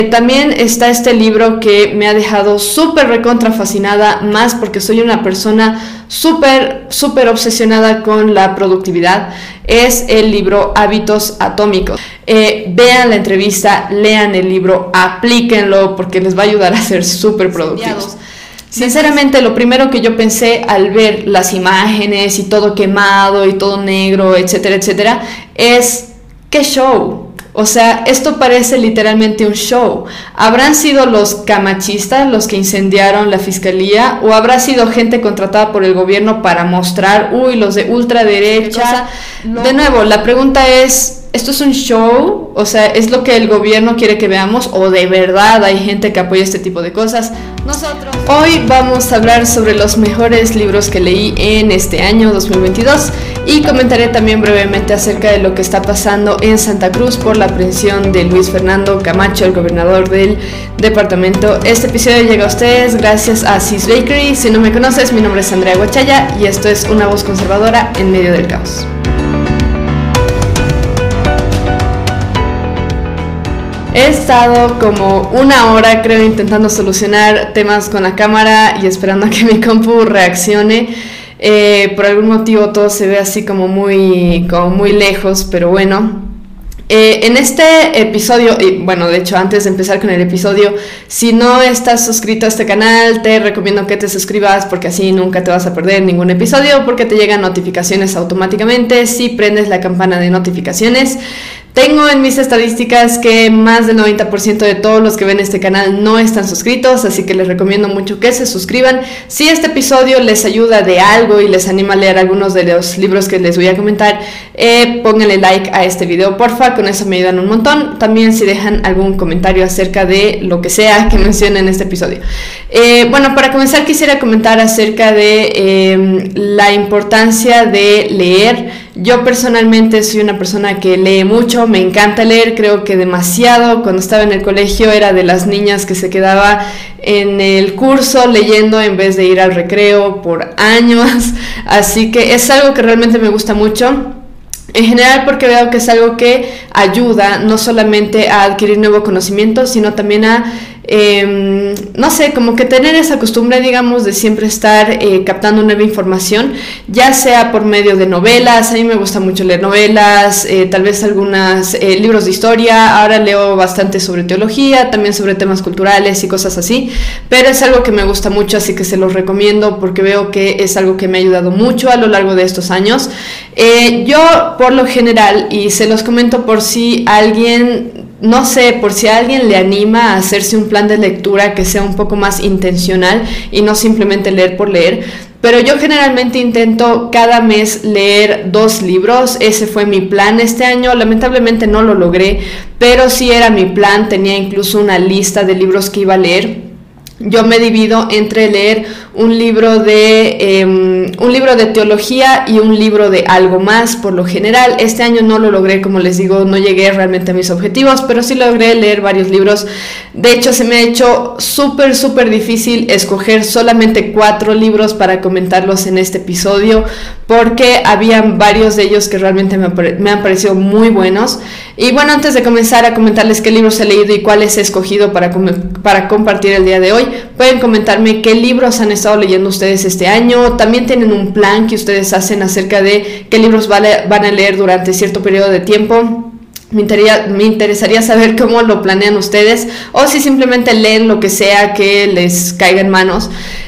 También está este libro que me ha dejado súper recontra fascinada, más porque soy una persona súper obsesionada con la productividad. Es el libro Hábitos Atómicos. Vean la entrevista, lean el libro, aplíquenlo porque les va a ayudar a ser súper productivos. Sinceramente, lo primero que yo pensé al ver las imágenes y todo quemado y todo negro, etcétera, etcétera, es ¡qué show! O sea, esto parece literalmente un show. ¿Habrán sido los camachistas los que incendiaron la fiscalía? ¿O habrá sido gente contratada por el gobierno para mostrar, los de ultraderecha? De nuevo, la pregunta es, ¿esto es un show? O sea, ¿es lo que el gobierno quiere que veamos? ¿O de verdad hay gente que apoya este tipo de cosas? Hoy vamos a hablar sobre los mejores libros que leí en este año 2022 y comentaré también brevemente acerca de lo que está pasando en Santa Cruz por la aprehensión de Luis Fernando Camacho, el gobernador del departamento. Este episodio llega a ustedes gracias a Sis Bakery. Si no me conoces, mi nombre es Andrea Guachaya y esto es Una Voz Conservadora en Medio del Caos. He estado como una hora, creo, intentando solucionar temas con la cámara y esperando a que mi compu reaccione. Por algún motivo todo se ve así como muy lejos, pero bueno. En este episodio, y bueno, de hecho antes de empezar con el episodio, si no estás suscrito a este canal, te recomiendo que te suscribas porque así nunca te vas a perder ningún episodio, porque te llegan notificaciones automáticamente si prendes la campana de notificaciones. Tengo en mis estadísticas que más del 90% de todos los que ven este canal no están suscritos, así que les recomiendo mucho que se suscriban. Si este episodio les ayuda de algo y les anima a leer algunos de los libros que les voy a comentar, pónganle like a este video, porfa, con eso me ayudan un montón. También si dejan algún comentario acerca de lo que sea que mencionen en este episodio. Bueno, para comenzar quisiera comentar acerca de la importancia de leer. Yo personalmente soy una persona que lee mucho, me encanta leer, creo que demasiado. Cuando estaba en el colegio era de las niñas que se quedaba en el curso leyendo en vez de ir al recreo por años, así que es algo que realmente me gusta mucho. En general porque veo que es algo que ayuda no solamente a adquirir nuevo conocimiento, sino también a, no sé, como que tener esa costumbre, digamos, de siempre estar captando nueva información, ya sea por medio de novelas. A mí me gusta mucho leer novelas, tal vez algunos libros de historia. Ahora leo bastante sobre teología, también sobre temas culturales y cosas así, pero es algo que me gusta mucho, así que se los recomiendo porque veo que es algo que me ha ayudado mucho a lo largo de estos años. Yo por lo general, y se los comento por si alguien, no sé, por si a alguien le anima a hacerse un plan de lectura que sea un poco más intencional y no simplemente leer por leer, pero yo generalmente intento cada mes leer 2 libros. Ese fue mi plan este año. Lamentablemente no lo logré, pero sí era mi plan. Tenía incluso una lista de libros que iba a leer. Yo me divido entre leer un libro de teología y un libro de algo más por lo general. Este año no lo logré, como les digo, no llegué realmente a mis objetivos, pero sí logré leer varios libros. De hecho, se me ha hecho súper difícil escoger solamente 4 libros para comentarlos en este episodio, porque habían varios de ellos que realmente me han parecido muy buenos. Y bueno, antes de comenzar a comentarles qué libros he leído y cuáles he escogido para compartir el día de hoy, pueden comentarme qué libros han estado leyendo ustedes este año. También tienen un plan que ustedes hacen acerca de qué libros van a leer durante cierto periodo de tiempo. Me interesaría saber cómo lo planean ustedes, o si simplemente leen lo que sea que les caiga en manos.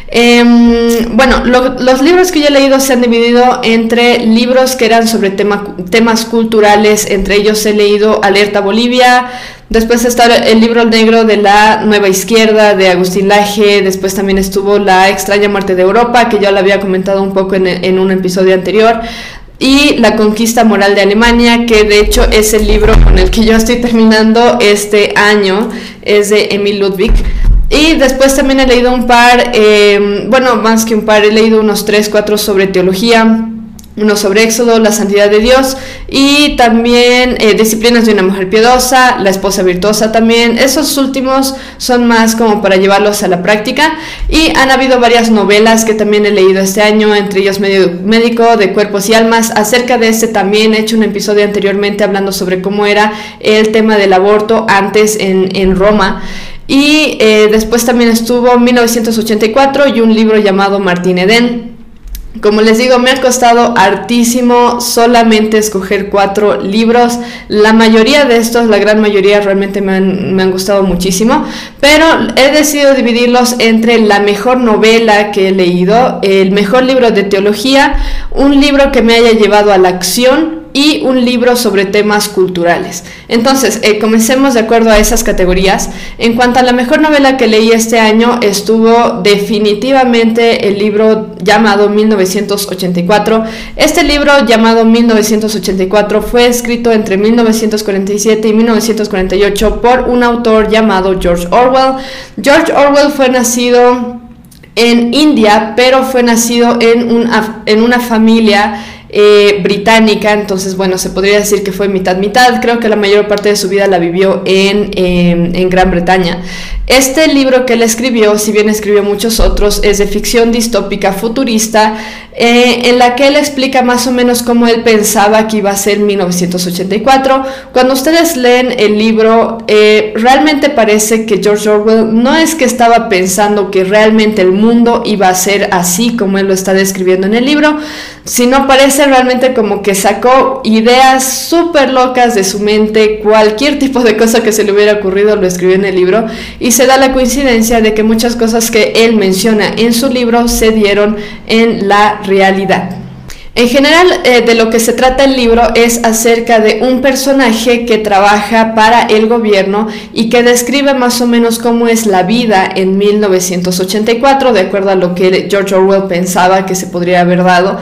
Bueno, los libros que yo he leído se han dividido entre libros que eran sobre temas culturales. Entre ellos he leído Alerta Bolivia, después está el libro negro de la Nueva Izquierda de Agustín Laje, después también estuvo La extraña muerte de Europa, que ya lo había comentado un poco en un episodio anterior, y La conquista moral de Alemania, que de hecho es el libro con el que yo estoy terminando este año, es de Emil Ludwig. Y después también he leído un par, bueno, más que un par, he leído unos 3, 4 sobre teología. uno sobre Éxodo, la santidad de Dios, y también Disciplinas de una mujer piadosa, La esposa virtuosa también. Esos últimos son más como para llevarlos a la práctica, y han habido varias novelas que también he leído este año, entre ellos Médico de Cuerpos y Almas. Acerca de este también he hecho un episodio anteriormente hablando sobre cómo era el tema del aborto antes en Roma. Y después también estuvo 1984 y un libro llamado Martín Eden. Como les digo, me ha costado hartísimo solamente escoger 4 libros. La mayoría de estos, la gran mayoría, realmente me han gustado muchísimo, pero he decidido dividirlos entre la mejor novela que he leído, el mejor libro de teología, un libro que me haya llevado a la acción y un libro sobre temas culturales. Entonces, comencemos de acuerdo a esas categorías. En cuanto a la mejor novela que leí este año, estuvo definitivamente el libro llamado 1984. Este libro llamado 1984 fue escrito entre 1947 y 1948 por un autor llamado George Orwell. George Orwell fue nacido en India, pero fue nacido en una familia británica. Entonces, bueno, se podría decir que fue mitad. Creo que la mayor parte de su vida la vivió en Gran Bretaña. Este libro que él escribió, si bien escribió muchos otros, es de ficción distópica futurista, en la que él explica más o menos cómo él pensaba que iba a ser 1984. Cuando ustedes leen el libro, realmente parece que George Orwell no es que estaba pensando que realmente el mundo iba a ser así como él lo está describiendo en el libro, sino parece realmente como que sacó ideas súper locas de su mente. Cualquier tipo de cosa que se le hubiera ocurrido lo escribió en el libro, y se da la coincidencia de que muchas cosas que él menciona en su libro se dieron en la realidad. En general, de lo que se trata el libro es acerca de un personaje que trabaja para el gobierno y que describe más o menos cómo es la vida en 1984, de acuerdo a lo que George Orwell pensaba que se podría haber dado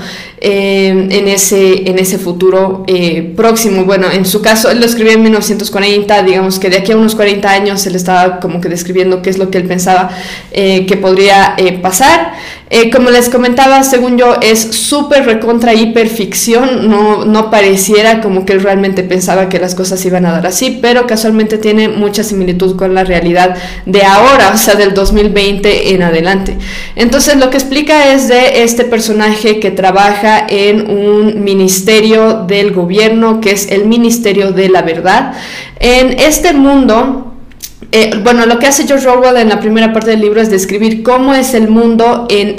en ese futuro próximo. Bueno, en su caso, él lo escribió en 1940, digamos que de aquí a unos 40 años él estaba como que describiendo qué es lo que él pensaba que podría pasar. Como les comentaba, según yo, es súper recontra hiperficción. No pareciera como que él realmente pensaba que las cosas iban a dar así, pero casualmente tiene mucha similitud con la realidad de ahora, o sea, del 2020 en adelante. Entonces, lo que explica es de este personaje que trabaja en un ministerio del gobierno, que es el Ministerio de la Verdad. En este mundo, bueno, lo que hace George Orwell en la primera parte del libro es describir cómo es el mundo en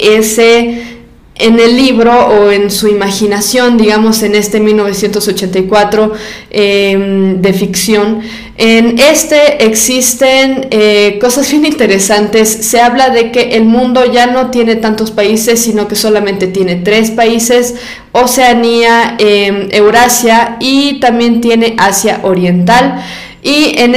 el libro, o en su imaginación, digamos, en este 1984 de ficción. En este existen cosas bien interesantes. Se habla de que el mundo ya no tiene tantos países, sino que solamente tiene 3 países: Oceanía, Eurasia, y también tiene Asia Oriental. Y en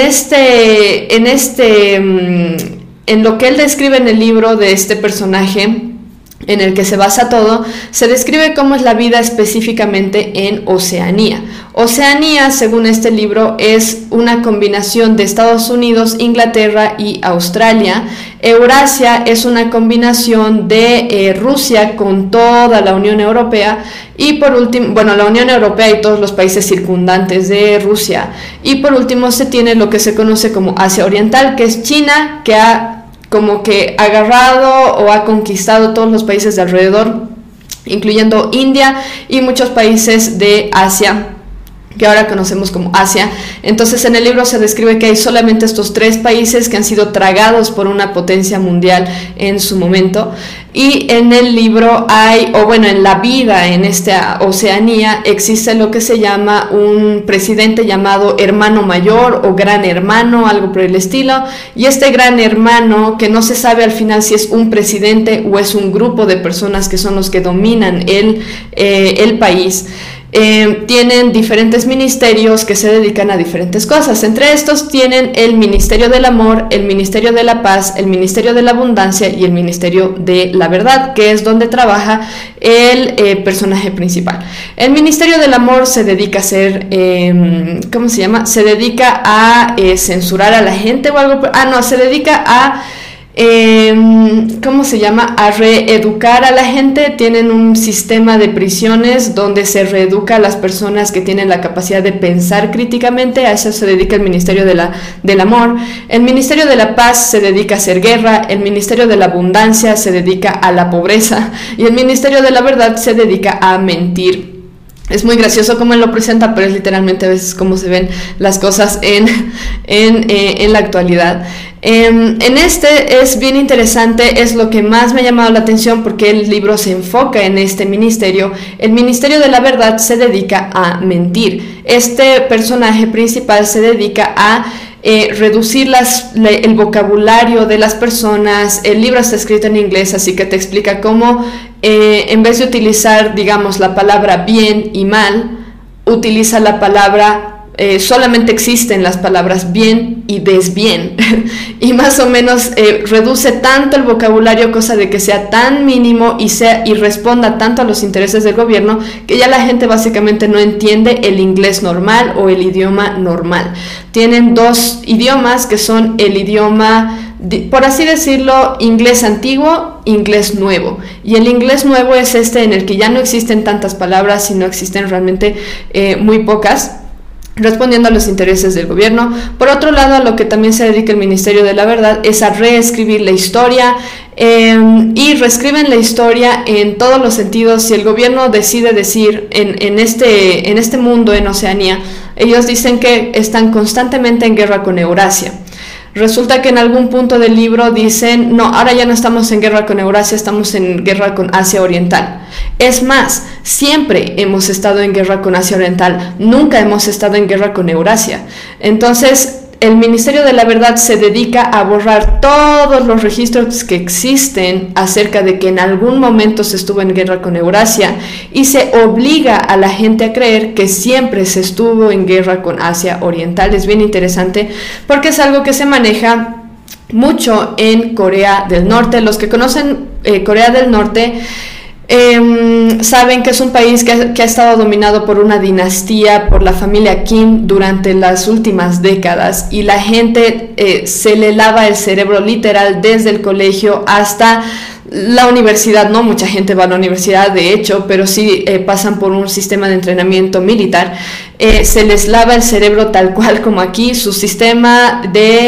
lo que él describe en el libro de este personaje, en el que se basa todo, se describe cómo es la vida específicamente en Oceanía. Oceanía, según este libro, es una combinación de Estados Unidos, Inglaterra y Australia. Eurasia es una combinación de Rusia con toda la Unión Europea, y por último, bueno, la Unión Europea y todos los países circundantes de Rusia. Y por último se tiene lo que se conoce como Asia Oriental, que es China, que ha como que agarrado o ha conquistado todos los países de alrededor, incluyendo India y muchos países de Asia, que ahora conocemos como Asia. Entonces, en el libro se describe que hay solamente estos 3 países que han sido tragados por una potencia mundial en su momento. Y en el libro en la vida en esta Oceanía existe lo que se llama un presidente llamado hermano mayor o gran hermano, algo por el estilo. Y este gran hermano, que no se sabe al final si es un presidente o es un grupo de personas que son los que dominan el país, tienen diferentes ministerios que se dedican a diferentes cosas. Entre estos tienen el Ministerio del Amor, el Ministerio de la Paz, el Ministerio de la Abundancia y el Ministerio de la Verdad, que es donde trabaja el personaje principal. El Ministerio del Amor se dedica a hacer, ¿cómo se llama? Se dedica a censurar a la gente o algo. Se dedica a ¿cómo se llama?, a reeducar a la gente. Tienen un sistema de prisiones donde se reeduca a las personas que tienen la capacidad de pensar críticamente. A eso se dedica el Ministerio del Amor. El Ministerio de la Paz se dedica a hacer guerra. El Ministerio de la Abundancia se dedica a la pobreza. Y el Ministerio de la Verdad se dedica a mentir. Es muy gracioso cómo él lo presenta, pero es literalmente a veces cómo se ven las cosas en la actualidad. En este es bien interesante, es lo que más me ha llamado la atención porque el libro se enfoca en este ministerio. El Ministerio de la Verdad se dedica a mentir. Este personaje principal se dedica a reducir el vocabulario de las personas. El libro está escrito en inglés, así que te explica cómo en vez de utilizar, digamos, la palabra bien y mal, utiliza la palabra, solamente existen las palabras bien y desbién y más o menos reduce tanto el vocabulario, cosa de que sea tan mínimo y responda tanto a los intereses del gobierno, que ya la gente básicamente no entiende el inglés normal o el idioma normal. Tienen dos idiomas que son el idioma, por así decirlo, inglés antiguo, inglés nuevo. Y el inglés nuevo es este en el que ya no existen tantas palabras, sino existen realmente muy pocas, respondiendo a los intereses del gobierno. Por otro lado, a lo que también se dedica el Ministerio de la Verdad es a reescribir la historia, y reescriben la historia en todos los sentidos. Si el gobierno decide decir en este mundo, en Oceanía, ellos dicen que están constantemente en guerra con Eurasia. Resulta que en algún punto del libro dicen, no, ahora ya no estamos en guerra con Eurasia, estamos en guerra con Asia Oriental. Es más, siempre hemos estado en guerra con Asia Oriental, nunca hemos estado en guerra con Eurasia. Entonces, el Ministerio de la Verdad se dedica a borrar todos los registros que existen acerca de que en algún momento se estuvo en guerra con Eurasia y se obliga a la gente a creer que siempre se estuvo en guerra con Asia Oriental. Es bien interesante porque es algo que se maneja mucho en Corea del Norte. Los que conocen Corea del Norte saben que es un país que ha estado dominado por una dinastía, por la familia Kim durante las últimas décadas, y la gente se le lava el cerebro literal desde el colegio hasta la universidad. No mucha gente va a la universidad, de hecho, pero sí pasan por un sistema de entrenamiento militar. Se les lava el cerebro tal cual como aquí. Su sistema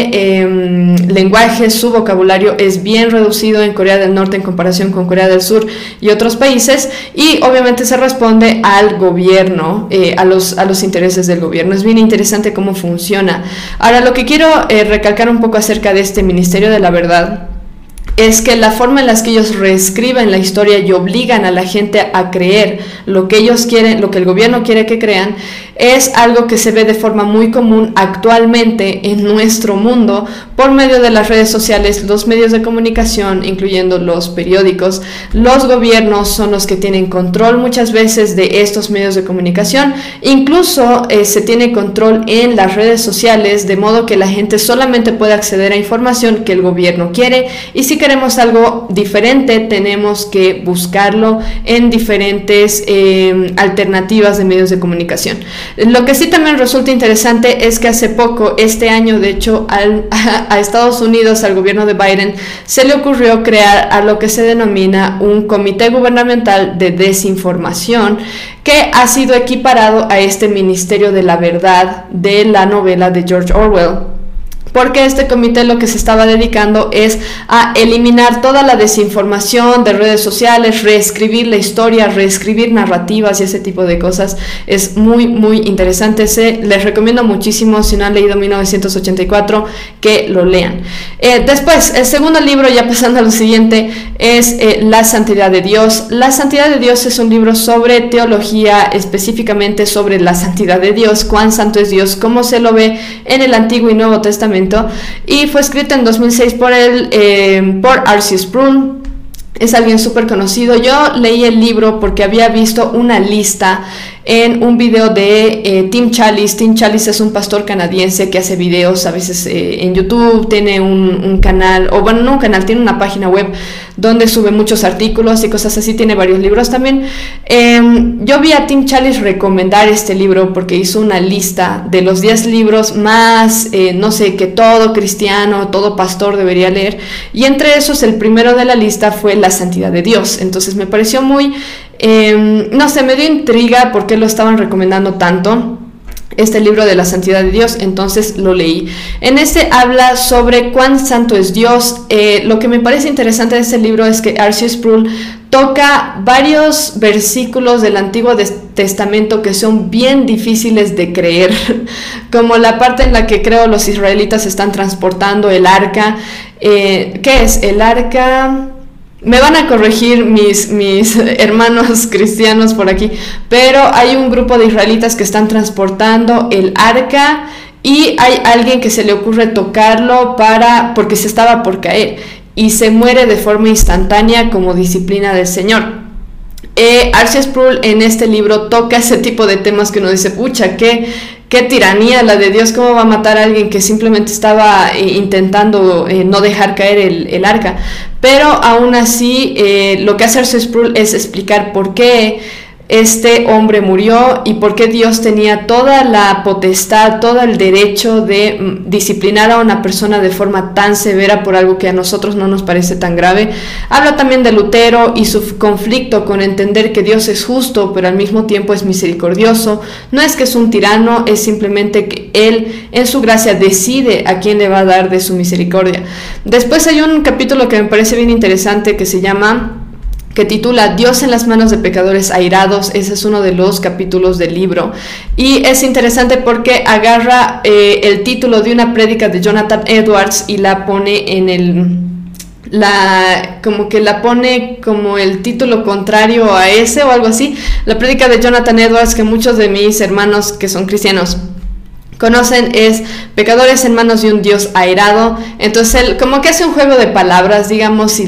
de lenguaje, su vocabulario es bien reducido en Corea del Norte en comparación con Corea del Sur y otros países, y obviamente se responde al gobierno, a los intereses del gobierno. Es bien interesante cómo funciona. Ahora, lo que quiero recalcar un poco acerca de este Ministerio de la Verdad es que la forma en la que ellos reescriben la historia y obligan a la gente a creer lo que ellos quieren, lo que el gobierno quiere que crean, es algo que se ve de forma muy común actualmente en nuestro mundo por medio de las redes sociales, los medios de comunicación, incluyendo los periódicos. Los gobiernos son los que tienen control muchas veces de estos medios de comunicación. Incluso se tiene control en las redes sociales, de modo que la gente solamente puede acceder a información que el gobierno quiere, y si queremos algo diferente tenemos que buscarlo en diferentes alternativas de medios de comunicación. Lo que sí también resulta interesante es que hace poco, este año de hecho, a Estados Unidos, al gobierno de Biden, se le ocurrió crear a lo que se denomina un comité gubernamental de desinformación, que ha sido equiparado a este Ministerio de la Verdad de la novela de George Orwell. Porque este comité lo que se estaba dedicando es a eliminar toda la desinformación de redes sociales, reescribir la historia, reescribir narrativas y ese tipo de cosas. Es muy, muy interesante. Les recomiendo muchísimo, si no han leído 1984, que lo lean. Después, el segundo libro, ya pasando a lo siguiente, es La Santidad de Dios. La Santidad de Dios es un libro sobre teología, específicamente sobre la santidad de Dios, cuán santo es Dios, cómo se lo ve en el Antiguo y Nuevo Testamento. Y fue escrito en 2006 por R.C. Sproul. Es alguien súper conocido. Yo leí el libro porque había visto una lista en un video de Tim Challies. Tim Challies es un pastor canadiense que hace videos a veces en YouTube, tiene un canal, o bueno, no un canal, tiene una página web donde sube muchos artículos y cosas así, tiene varios libros también. Yo vi a Tim Challies recomendar este libro porque hizo una lista de los 10 libros más, no sé, que todo cristiano, todo pastor debería leer, y entre esos el primero de la lista fue La Santidad de Dios. Entonces me pareció muy, no sé, me dio intriga por qué lo estaban recomendando tanto, este libro de la santidad de Dios, entonces lo leí. En este habla sobre cuán santo es Dios. Lo que me parece interesante de este libro es que R.C. Sproul toca varios versículos del Antiguo Testamento que son bien difíciles de creer, como la parte en la que creo los israelitas están transportando el arca. ¿Qué es? El arca... Me van a corregir mis hermanos cristianos por aquí, pero hay un grupo de israelitas que están transportando el arca y hay alguien que se le ocurre tocarlo porque se estaba por caer y se muere de forma instantánea como disciplina del Señor. R.C. Sproul en este libro toca ese tipo de temas que uno dice, pucha, qué tiranía la de Dios, cómo va a matar a alguien que simplemente estaba intentando no dejar caer el arca. Pero aún así lo que hace R.C. Sproul es explicar por qué este hombre murió y por qué Dios tenía toda la potestad, todo el derecho de disciplinar a una persona de forma tan severa por algo que a nosotros no nos parece tan grave. Habla también de Lutero y su conflicto con entender que Dios es justo, pero al mismo tiempo es misericordioso. No es que es un tirano, es simplemente que Él en su gracia decide a quién le va a dar de su misericordia. Después hay un capítulo que me parece bien interesante que titula Dios en las manos de pecadores airados. Ese es uno de los capítulos del libro y es interesante porque agarra el título de una prédica de Jonathan Edwards y la pone en como que la pone como el título contrario a ese o algo así. La prédica de Jonathan Edwards, que muchos de mis hermanos que son cristianos conocen, es pecadores en manos de un Dios airado. Entonces él como que hace un juego de palabras, digamos, y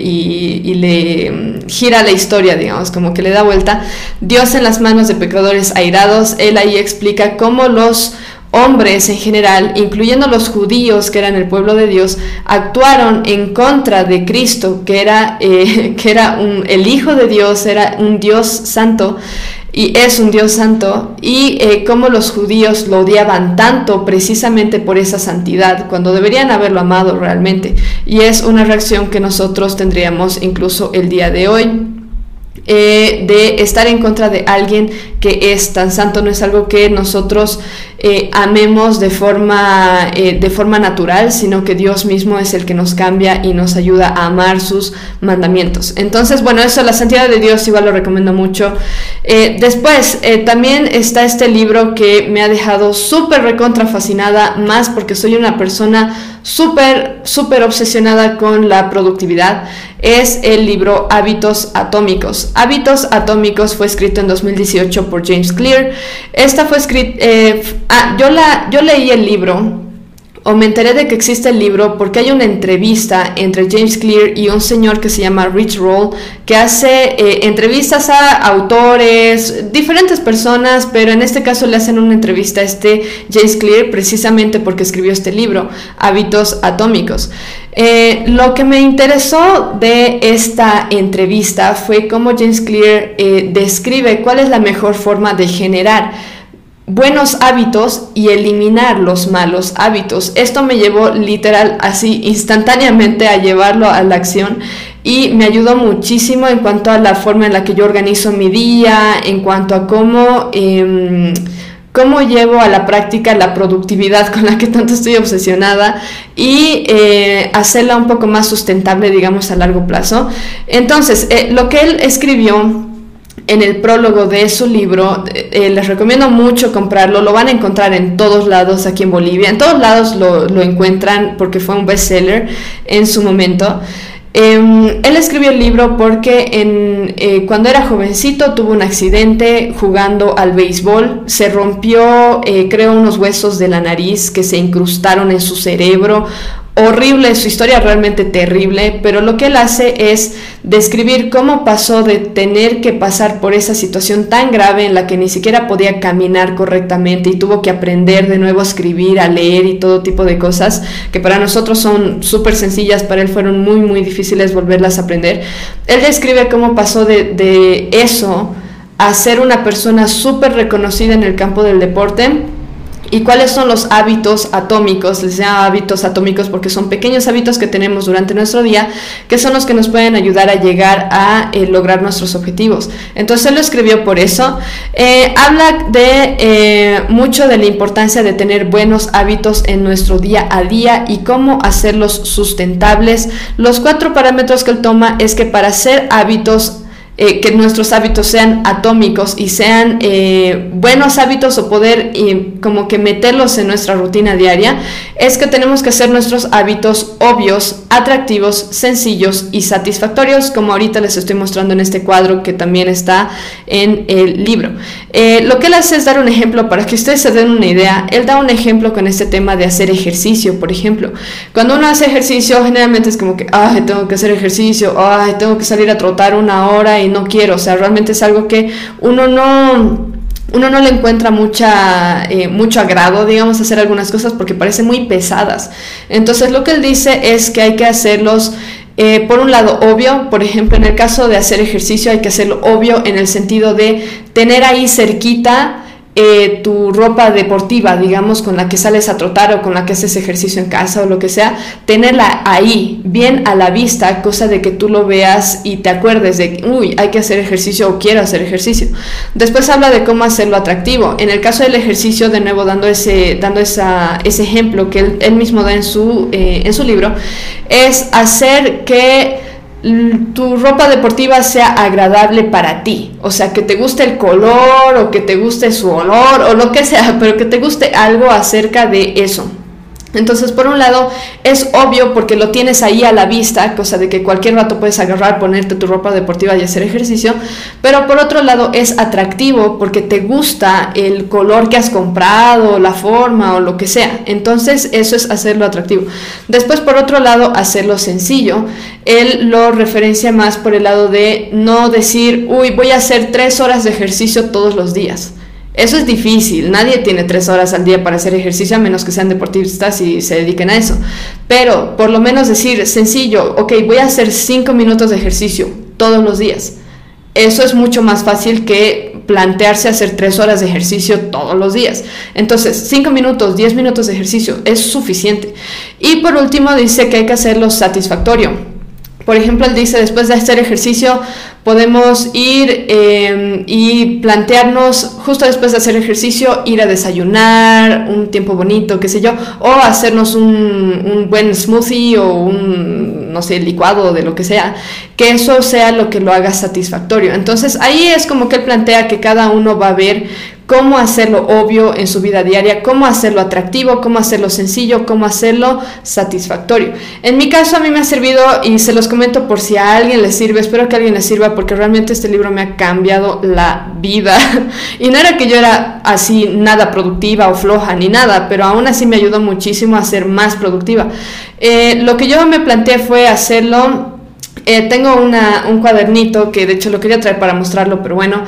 le gira la historia, digamos, como que le da vuelta. Dios en las manos de pecadores airados. Él ahí explica cómo los hombres en general, incluyendo los judíos que eran el pueblo de Dios, actuaron en contra de Cristo, que era el Hijo de Dios, era un Dios santo y es un Dios santo, y cómo los judíos lo odiaban tanto precisamente por esa santidad, cuando deberían haberlo amado realmente, y es una reacción que nosotros tendríamos incluso el día de hoy. De estar en contra de alguien que es tan santo. No es algo que nosotros amemos de forma natural, sino que Dios mismo es el que nos cambia y nos ayuda a amar sus mandamientos. Entonces, bueno, eso, la santidad de Dios, igual lo recomiendo mucho. Después, también está este libro que me ha dejado súper recontra fascinada, más porque soy una persona súper obsesionada con la productividad. Es el libro Hábitos Atómicos. Hábitos Atómicos fue escrito en 2018 por James Clear. Esta fue escrita... yo leí el libro, o me enteré de que existe el libro porque hay una entrevista entre James Clear y un señor que se llama Rich Roll, que hace entrevistas a autores, diferentes personas, pero en este caso le hacen una entrevista a James Clear precisamente porque escribió este libro, Hábitos Atómicos. Lo que me interesó de esta entrevista fue cómo James Clear describe cuál es la mejor forma de generar buenos hábitos y eliminar los malos hábitos. Esto me llevó literal así instantáneamente a llevarlo a la acción y me ayudó muchísimo en cuanto a la forma en la que yo organizo mi día, en cuanto a cómo llevo a la práctica la productividad con la que tanto estoy obsesionada y hacerla un poco más sustentable, digamos, a largo plazo. Entonces, lo que él escribió en el prólogo de su libro, les recomiendo mucho comprarlo, lo van a encontrar en todos lados aquí en Bolivia, en todos lados lo encuentran porque fue un bestseller en su momento. Él escribió el libro porque cuando era jovencito tuvo un accidente jugando al béisbol, se rompió creo unos huesos de la nariz que se incrustaron en su cerebro, horrible, su historia realmente terrible, pero lo que él hace es describir cómo pasó de tener que pasar por esa situación tan grave en la que ni siquiera podía caminar correctamente y tuvo que aprender de nuevo a escribir, a leer y todo tipo de cosas que para nosotros son súper sencillas, para él fueron muy muy difíciles volverlas a aprender. Él describe cómo pasó de eso a ser una persona súper reconocida en el campo del deporte. ¿Y cuáles son los hábitos atómicos? Les llamo hábitos atómicos porque son pequeños hábitos que tenemos durante nuestro día, que son los que nos pueden ayudar a llegar a lograr nuestros objetivos. Entonces él lo escribió por eso. Habla de mucho de la importancia de tener buenos hábitos en nuestro día a día y cómo hacerlos sustentables. Los 4 parámetros que él toma es que para hacer hábitos, que nuestros hábitos sean atómicos y sean buenos hábitos o poder como que meterlos en nuestra rutina diaria, es que tenemos que hacer nuestros hábitos obvios, atractivos, sencillos y satisfactorios, como ahorita les estoy mostrando en este cuadro que también está en el libro. Lo que él hace es dar un ejemplo para que ustedes se den una idea. Él da un ejemplo con este tema de hacer ejercicio, por ejemplo. Cuando uno hace ejercicio, generalmente es como que, ay, tengo que hacer ejercicio, ay, tengo que salir a trotar 1 hora y no quiero, o sea, realmente es algo que uno no le encuentra mucho agrado, digamos, hacer algunas cosas porque parecen muy pesadas. Entonces lo que él dice es que hay que hacerlos por un lado obvio. Por ejemplo, en el caso de hacer ejercicio hay que hacerlo obvio en el sentido de tener ahí cerquita tu ropa deportiva, digamos, con la que sales a trotar o con la que haces ejercicio en casa o lo que sea, tenerla ahí, bien a la vista, cosa de que tú lo veas y te acuerdes de, uy, hay que hacer ejercicio o quiero hacer ejercicio. Después habla de cómo hacerlo atractivo. En el caso del ejercicio, de nuevo dando ese ejemplo que él mismo da en su libro, es hacer que tu ropa deportiva sea agradable para ti, o sea, que te guste el color o que te guste su olor o lo que sea, pero que te guste algo acerca de eso. Entonces, por un lado, es obvio porque lo tienes ahí a la vista, cosa de que cualquier rato puedes agarrar, ponerte tu ropa deportiva y hacer ejercicio, pero por otro lado es atractivo porque te gusta el color que has comprado, la forma o lo que sea. Entonces, eso es hacerlo atractivo. Después, por otro lado, hacerlo sencillo. Él lo referencia más por el lado de no decir, uy, voy a hacer 3 horas de ejercicio todos los días. Eso es difícil, nadie tiene 3 horas al día para hacer ejercicio a menos que sean deportistas y se dediquen a eso. Pero por lo menos decir sencillo, ok, voy a hacer 5 minutos de ejercicio todos los días. Eso es mucho más fácil que plantearse hacer 3 horas de ejercicio todos los días. Entonces, 5 minutos, 10 minutos de ejercicio es suficiente. Y por último dice que hay que hacerlo satisfactorio. Por ejemplo, él dice, después de hacer ejercicio, podemos ir y plantearnos, justo después de hacer ejercicio, ir a desayunar, un tiempo bonito, qué sé yo, o hacernos un buen smoothie o un, no sé, licuado de lo que sea, que eso sea lo que lo haga satisfactorio. Entonces, ahí es como que él plantea que cada uno va a ver cómo hacerlo obvio en su vida diaria, cómo hacerlo atractivo, cómo hacerlo sencillo, cómo hacerlo satisfactorio. En mi caso a mí me ha servido y se los comento por si a alguien le sirve, espero que a alguien le sirva porque realmente este libro me ha cambiado la vida. Y no era que yo era así nada productiva o floja ni nada, pero aún así me ayudó muchísimo a ser más productiva. Lo que yo me planteé fue hacerlo. Tengo un cuadernito que de hecho lo quería traer para mostrarlo, pero bueno,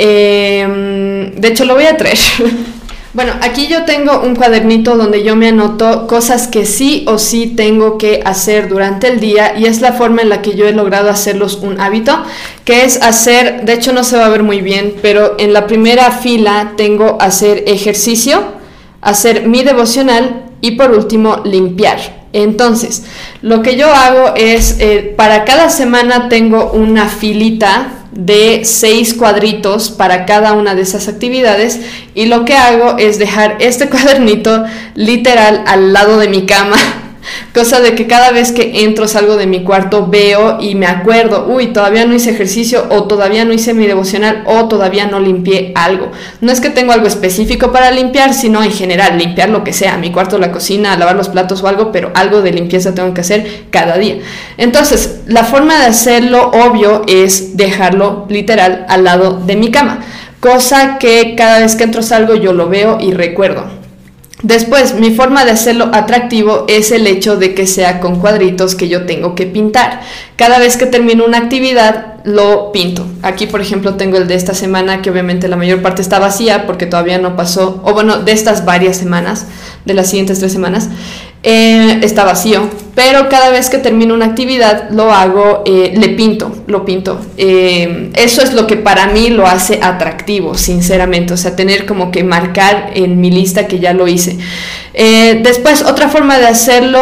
de hecho lo voy a traer. Bueno, aquí yo tengo un cuadernito donde yo me anoto cosas que sí o sí tengo que hacer durante el día y es la forma en la que yo he logrado hacerlos un hábito, que es hacer, de hecho no se va a ver muy bien, pero en la primera fila tengo hacer ejercicio, hacer mi devocional y por último limpiar. Entonces, lo que yo hago es, para cada semana tengo una filita de 6 cuadritos para cada una de esas actividades y lo que hago es dejar este cuadernito literal al lado de mi cama, cosa de que cada vez que entro, salgo de mi cuarto, veo y me acuerdo, uy, todavía no hice ejercicio o todavía no hice mi devocional o todavía no limpié algo. No es que tengo algo específico para limpiar, sino en general, limpiar lo que sea, mi cuarto, la cocina, lavar los platos o algo, pero algo de limpieza tengo que hacer cada día. Entonces, la forma de hacerlo obvio es dejarlo literal al lado de mi cama, cosa que cada vez que entro, salgo, yo lo veo y recuerdo. Después, mi forma de hacerlo atractivo es el hecho de que sea con cuadritos que yo tengo que pintar. Cada vez que termino una actividad, lo pinto. Aquí, por ejemplo, tengo el de esta semana, que obviamente la mayor parte está vacía porque todavía no pasó, o bueno, de estas varias semanas, de las siguientes 3 semanas, está vacío. Pero cada vez que termino una actividad, lo hago, lo pinto. Eso es lo que para mí lo hace atractivo, sinceramente. O sea, tener como que marcar en mi lista que ya lo hice. Después, otra forma de hacerlo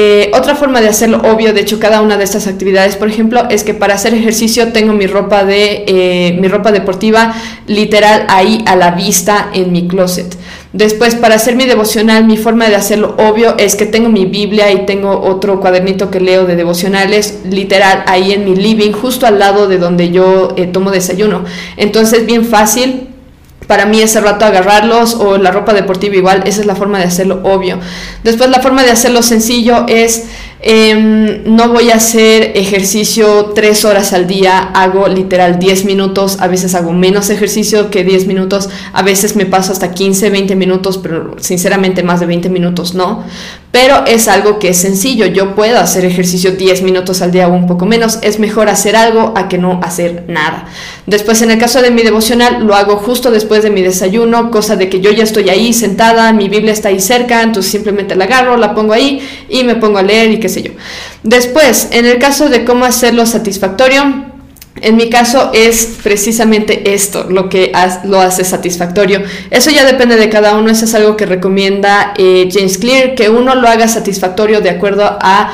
obvio, de hecho, cada una de estas actividades, por ejemplo, es que para hacer ejercicio tengo mi ropa deportiva literal ahí a la vista en mi closet. Después, para hacer mi devocional, mi forma de hacerlo obvio es que tengo mi Biblia y tengo otro cuadernito que leo de devocionales, literal, ahí en mi living, justo al lado de donde yo tomo desayuno. Entonces, bien fácil para mí ese rato agarrarlos, o la ropa deportiva igual. Esa es la forma de hacerlo obvio. Después, la forma de hacerlo sencillo es, no voy a hacer ejercicio 3 horas al día, hago literal 10 minutos, a veces hago menos ejercicio que 10 minutos, a veces me paso hasta 15, 20 minutos, pero sinceramente más de 20 minutos no. Pero es algo que es sencillo, yo puedo hacer ejercicio 10 minutos al día o un poco menos, es mejor hacer algo a que no hacer nada. Después, en el caso de mi devocional, lo hago justo después de mi desayuno, cosa de que yo ya estoy ahí sentada, mi Biblia está ahí cerca, entonces simplemente la agarro, la pongo ahí y me pongo a leer y qué sé yo. Después, en el caso de cómo hacerlo satisfactorio, en mi caso es precisamente esto lo que lo hace satisfactorio. Eso ya depende de cada uno, eso es algo que recomienda James Clear, que uno lo haga satisfactorio de acuerdo a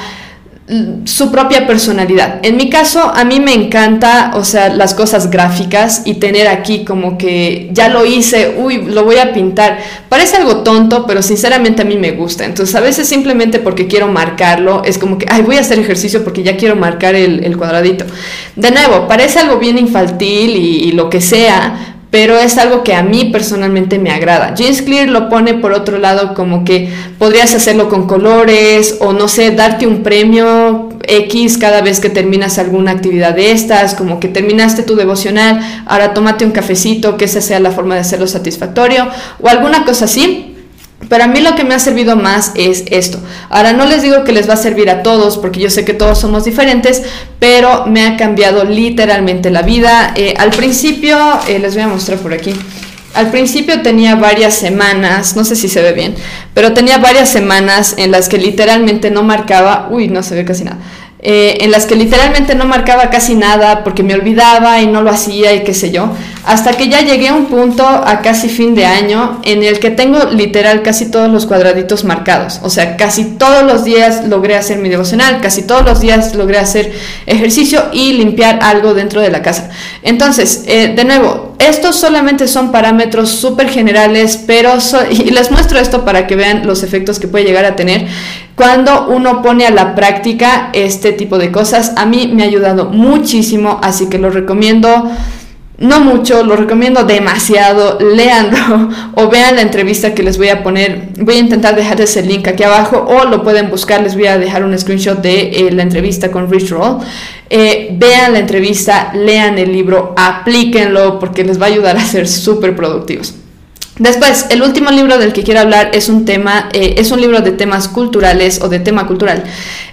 su propia personalidad. En mi caso, a mí me encanta, o sea, las cosas gráficas, y tener aquí como que ya lo hice, lo voy a pintar. Parece algo tonto, pero sinceramente a mí me gusta. Entonces, a veces simplemente porque quiero marcarlo, es como que, voy a hacer ejercicio porque ya quiero marcar el cuadradito. De nuevo, parece algo bien infantil y lo que sea, pero es algo que a mí personalmente me agrada. James Clear lo pone por otro lado como que podrías hacerlo con colores, o no sé, darte un premio X cada vez que terminas alguna actividad de estas, como que terminaste tu devocional, ahora tómate un cafecito, que esa sea la forma de hacerlo satisfactorio, o alguna cosa así. Pero a mí lo que me ha servido más es esto. Ahora, no les digo que les va a servir a todos, porque yo sé que todos somos diferentes, pero me ha cambiado literalmente la vida. Al principio, les voy a mostrar por aquí. Al principio tenía varias semanas, no sé si se ve bien, pero tenía varias semanas en las que literalmente no marcaba, no se ve casi nada. En las que literalmente no marcaba casi nada porque me olvidaba y no lo hacía y qué sé yo, hasta que ya llegué a un punto a casi fin de año en el que tengo literal casi todos los cuadraditos marcados. O sea, casi todos los días logré hacer mi devocional, casi todos los días logré hacer ejercicio y limpiar algo dentro de la casa. Entonces, de nuevo, estos solamente son parámetros súper generales, pero y les muestro esto para que vean los efectos que puede llegar a tener cuando uno pone a la práctica este tipo de cosas. A mí me ha ayudado muchísimo, así que lo recomiendo. No mucho, lo recomiendo demasiado. Léanlo o vean la entrevista que les voy a poner. Voy a intentar dejarles el link aquí abajo, o lo pueden buscar. Les voy a dejar un screenshot de la entrevista con Rich Roll. Vean la entrevista, lean el libro, aplíquenlo, porque les va a ayudar a ser súper productivos. Después, el último libro del que quiero hablar es un libro de temas culturales, o de tema cultural.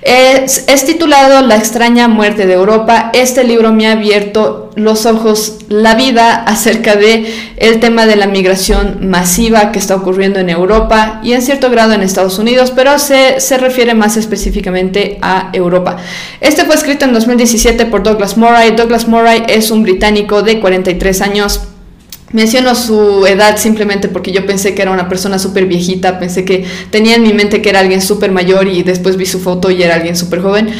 Es titulado La extraña muerte de Europa. Este libro me ha abierto los ojos, la vida, acerca de el tema de la migración masiva que está ocurriendo en Europa y en cierto grado en Estados Unidos, pero se refiere más específicamente a Europa. Este fue escrito en 2017 por Douglas Murray. Douglas Murray es un británico de 43 años. Menciono su edad simplemente porque yo pensé que era una persona súper viejita, pensé que tenía en mi mente que era alguien súper mayor, y después vi su foto y era alguien súper joven.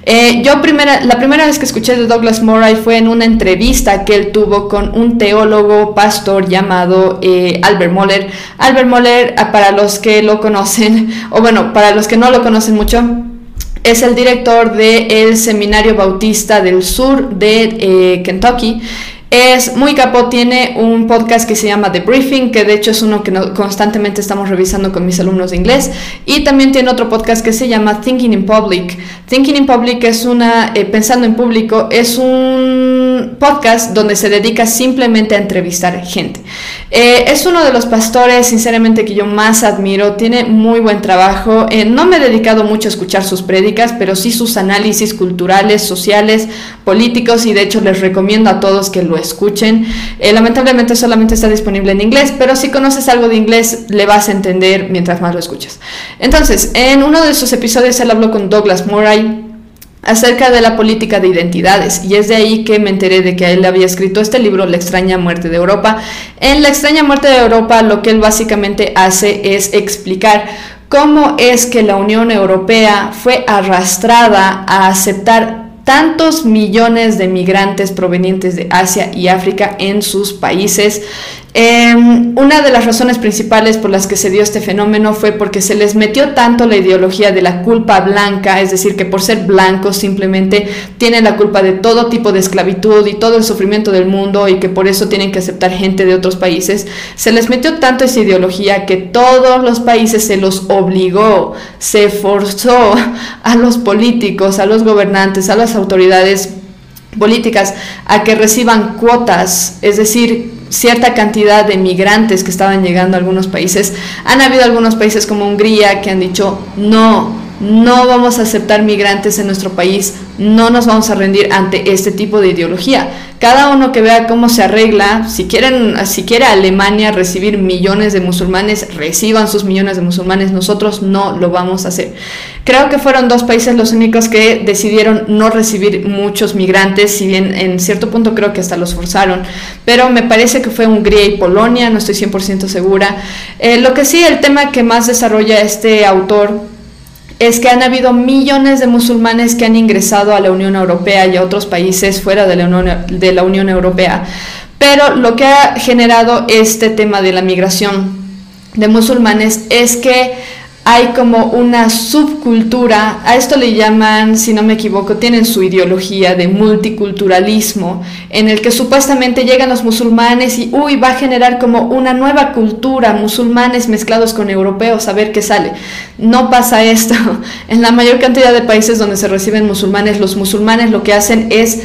La primera vez que escuché de Douglas Murray fue en una entrevista que él tuvo con un teólogo pastor llamado Albert Mohler. Albert Mohler, para los que lo conocen, o bueno, para los que no lo conocen mucho, es el director del Seminario Bautista del Sur de Kentucky. Es muy capo, tiene un podcast que se llama The Briefing, que de hecho es uno que constantemente estamos revisando con mis alumnos de inglés, y también tiene otro podcast que se llama Thinking in Public. Thinking in Public es pensando en público, es un podcast donde se dedica simplemente a entrevistar gente. Es uno de los pastores, sinceramente, que yo más admiro, tiene muy buen trabajo. No me he dedicado mucho a escuchar sus prédicas, pero sí sus análisis culturales, sociales, políticos, y de hecho les recomiendo a todos que lo escuchen. Lamentablemente solamente está disponible en inglés, pero si conoces algo de inglés le vas a entender mientras más lo escuchas. Entonces, en uno de sus episodios él habló con Douglas Murray acerca de la política de identidades, y es de ahí que me enteré de que él había escrito este libro, La extraña muerte de Europa. En La extraña muerte de Europa lo que él básicamente hace es explicar cómo es que la Unión Europea fue arrastrada a aceptar tantos millones de migrantes provenientes de Asia y África en sus países. Una de las razones principales por las que se dio este fenómeno fue porque se les metió tanto la ideología de la culpa blanca, es decir, que por ser blancos simplemente tienen la culpa de todo tipo de esclavitud y todo el sufrimiento del mundo, y que por eso tienen que aceptar gente de otros países. Se les metió tanto esa ideología que todos los países se los obligó, se forzó a los políticos, a los gobernantes, a las autoridades políticas a que reciban cuotas, es decir, cierta cantidad de migrantes que estaban llegando a algunos países. Han habido algunos países como Hungría que han dicho no vamos a aceptar migrantes en nuestro país, no nos vamos a rendir ante este tipo de ideología. Cada uno que vea cómo se arregla. Si quiere Alemania recibir millones de musulmanes, reciban sus millones de musulmanes, nosotros no lo vamos a hacer. Creo que fueron 2 países los únicos que decidieron no recibir muchos migrantes, si bien en cierto punto creo que hasta los forzaron, pero me parece que fue Hungría y Polonia, no estoy 100% segura. Lo que sí, el tema que más desarrolla este autor es que han habido millones de musulmanes que han ingresado a la Unión Europea y a otros países fuera de la Unión Europea, pero lo que ha generado este tema de la migración de musulmanes es que hay como una subcultura, a esto le llaman, si no me equivoco, tienen su ideología de multiculturalismo, en el que supuestamente llegan los musulmanes y va a generar como una nueva cultura, musulmanes mezclados con europeos, a ver qué sale. No pasa esto. En la mayor cantidad de países donde se reciben musulmanes, los musulmanes lo que hacen es,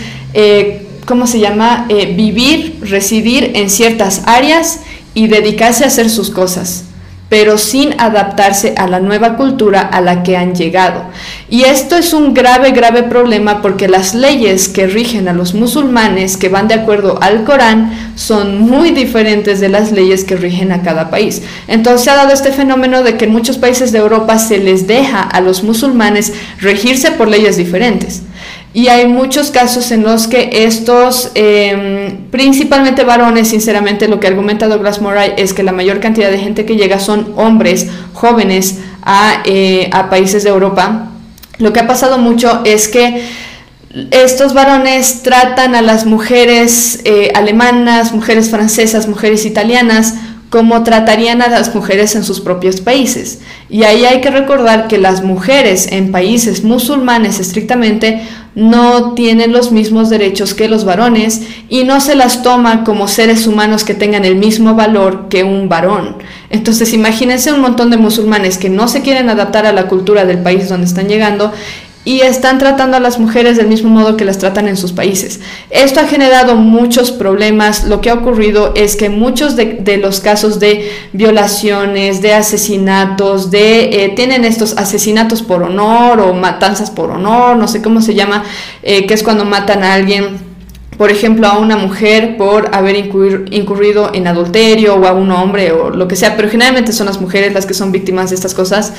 vivir, residir en ciertas áreas y dedicarse a hacer sus cosas, pero sin adaptarse a la nueva cultura a la que han llegado. Y esto es un grave problema, porque las leyes que rigen a los musulmanes, que van de acuerdo al Corán, son muy diferentes de las leyes que rigen a cada país. Entonces se ha dado este fenómeno de que en muchos países de Europa se les deja a los musulmanes regirse por leyes diferentes. Y hay muchos casos en los que estos, principalmente varones, sinceramente lo que argumenta Douglas Murray es que la mayor cantidad de gente que llega son hombres jóvenes a países de Europa. Lo que ha pasado mucho es que estos varones tratan a las mujeres alemanas, mujeres francesas, mujeres italianas, como tratarían a las mujeres en sus propios países. Y ahí hay que recordar que las mujeres en países musulmanes estrictamente no tienen los mismos derechos que los varones, y no se las toma como seres humanos que tengan el mismo valor que un varón. Entonces imagínense un montón de musulmanes que no se quieren adaptar a la cultura del país donde están llegando, y están tratando a las mujeres del mismo modo que las tratan en sus países. Esto ha generado muchos problemas. Lo que ha ocurrido es que muchos de los casos de violaciones, de asesinatos, tienen estos asesinatos por honor o matanzas por honor, no sé cómo se llama, que es cuando matan a alguien, por ejemplo, a una mujer por haber incurrido en adulterio, o a un hombre, o lo que sea, pero generalmente son las mujeres las que son víctimas de estas cosas.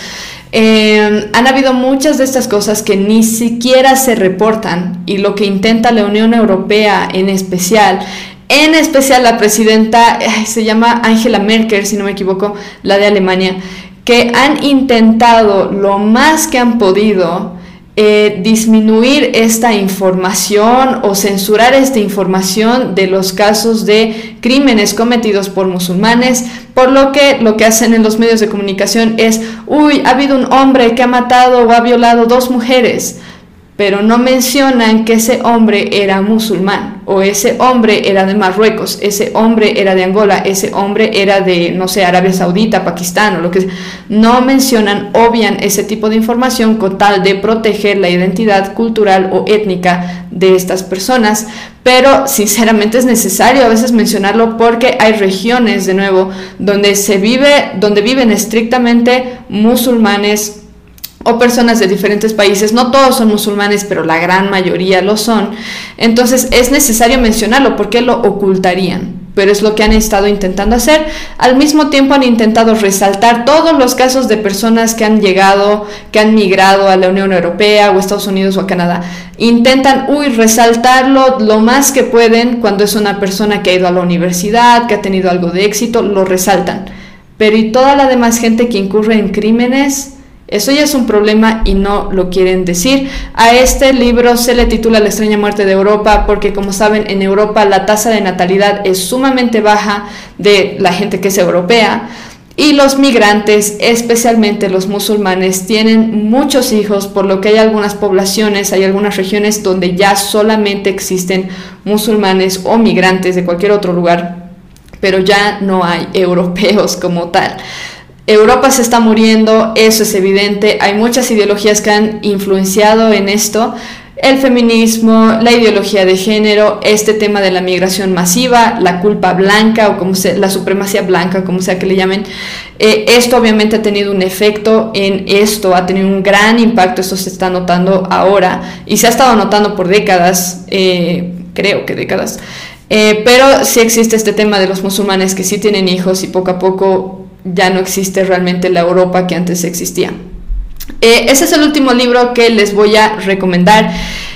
Han habido muchas de estas cosas que ni siquiera se reportan, y lo que intenta la Unión Europea en especial la presidenta, se llama Angela Merkel, si no me equivoco, la de Alemania, que han intentado lo más que han podido disminuir esta información o censurar esta información de los casos de crímenes cometidos por musulmanes, por lo que hacen en los medios de comunicación es, ha habido un hombre que ha matado o ha violado 2 mujeres, pero no mencionan que ese hombre era musulmán, o ese hombre era de Marruecos, ese hombre era de Angola, ese hombre era de, no sé, Arabia Saudita, Pakistán o lo que sea. No mencionan, obvian ese tipo de información con tal de proteger la identidad cultural o étnica de estas personas, pero sinceramente es necesario a veces mencionarlo porque hay regiones, de nuevo, donde viven estrictamente musulmanes o personas de diferentes países. No todos son musulmanes, pero la gran mayoría lo son. Entonces es necesario mencionarlo porque lo ocultarían, pero es lo que han estado intentando hacer. Al mismo tiempo han intentado resaltar todos los casos de personas que han llegado, que han migrado a la Unión Europea o Estados Unidos o a Canadá. Intentan resaltarlo lo más que pueden. Cuando es una persona que ha ido a la universidad, que ha tenido algo de éxito, lo resaltan. Pero ¿y toda la demás gente que incurre en crímenes? Eso ya es un problema y no lo quieren decir. A este libro se le titula La extraña muerte de Europa porque, como saben, en Europa la tasa de natalidad es sumamente baja de la gente que es europea, y los migrantes, especialmente los musulmanes, tienen muchos hijos, por lo que hay algunas poblaciones, hay algunas regiones donde ya solamente existen musulmanes o migrantes de cualquier otro lugar, pero ya no hay europeos como tal. Europa se está muriendo, eso es evidente. Hay muchas ideologías que han influenciado en esto: el feminismo, la ideología de género, este tema de la migración masiva, la culpa blanca o como sea, la supremacía blanca, como sea que le llamen. Esto obviamente ha tenido un efecto en esto, ha tenido un gran impacto. Esto se está notando ahora y se ha estado notando por décadas, creo que décadas. Pero sí existe este tema de los musulmanes que sí tienen hijos y poco a poco ya no existe realmente la Europa que antes existía. Ese es el último libro que les voy a recomendar.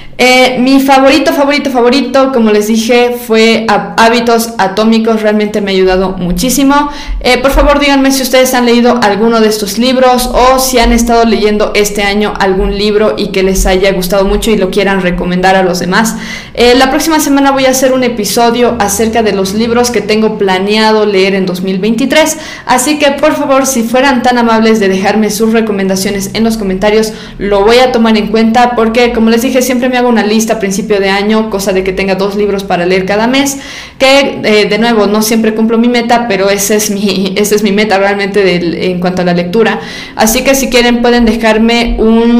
Mi favorito, como les dije, fue Hábitos Atómicos. Realmente me ha ayudado muchísimo. Por favor, díganme si ustedes han leído alguno de estos libros o si han estado leyendo este año algún libro y que les haya gustado mucho y lo quieran recomendar a los demás. La próxima semana voy a hacer un episodio acerca de los libros que tengo planeado leer en 2023, así que por favor, si fueran tan amables de dejarme sus recomendaciones en los comentarios, lo voy a tomar en cuenta porque, como les dije, siempre me hago una lista a principio de año, cosa de que tenga 2 libros para leer cada mes, que de nuevo no siempre cumplo mi meta, pero esa es mi meta realmente en cuanto a la lectura. Así que si quieren pueden dejarme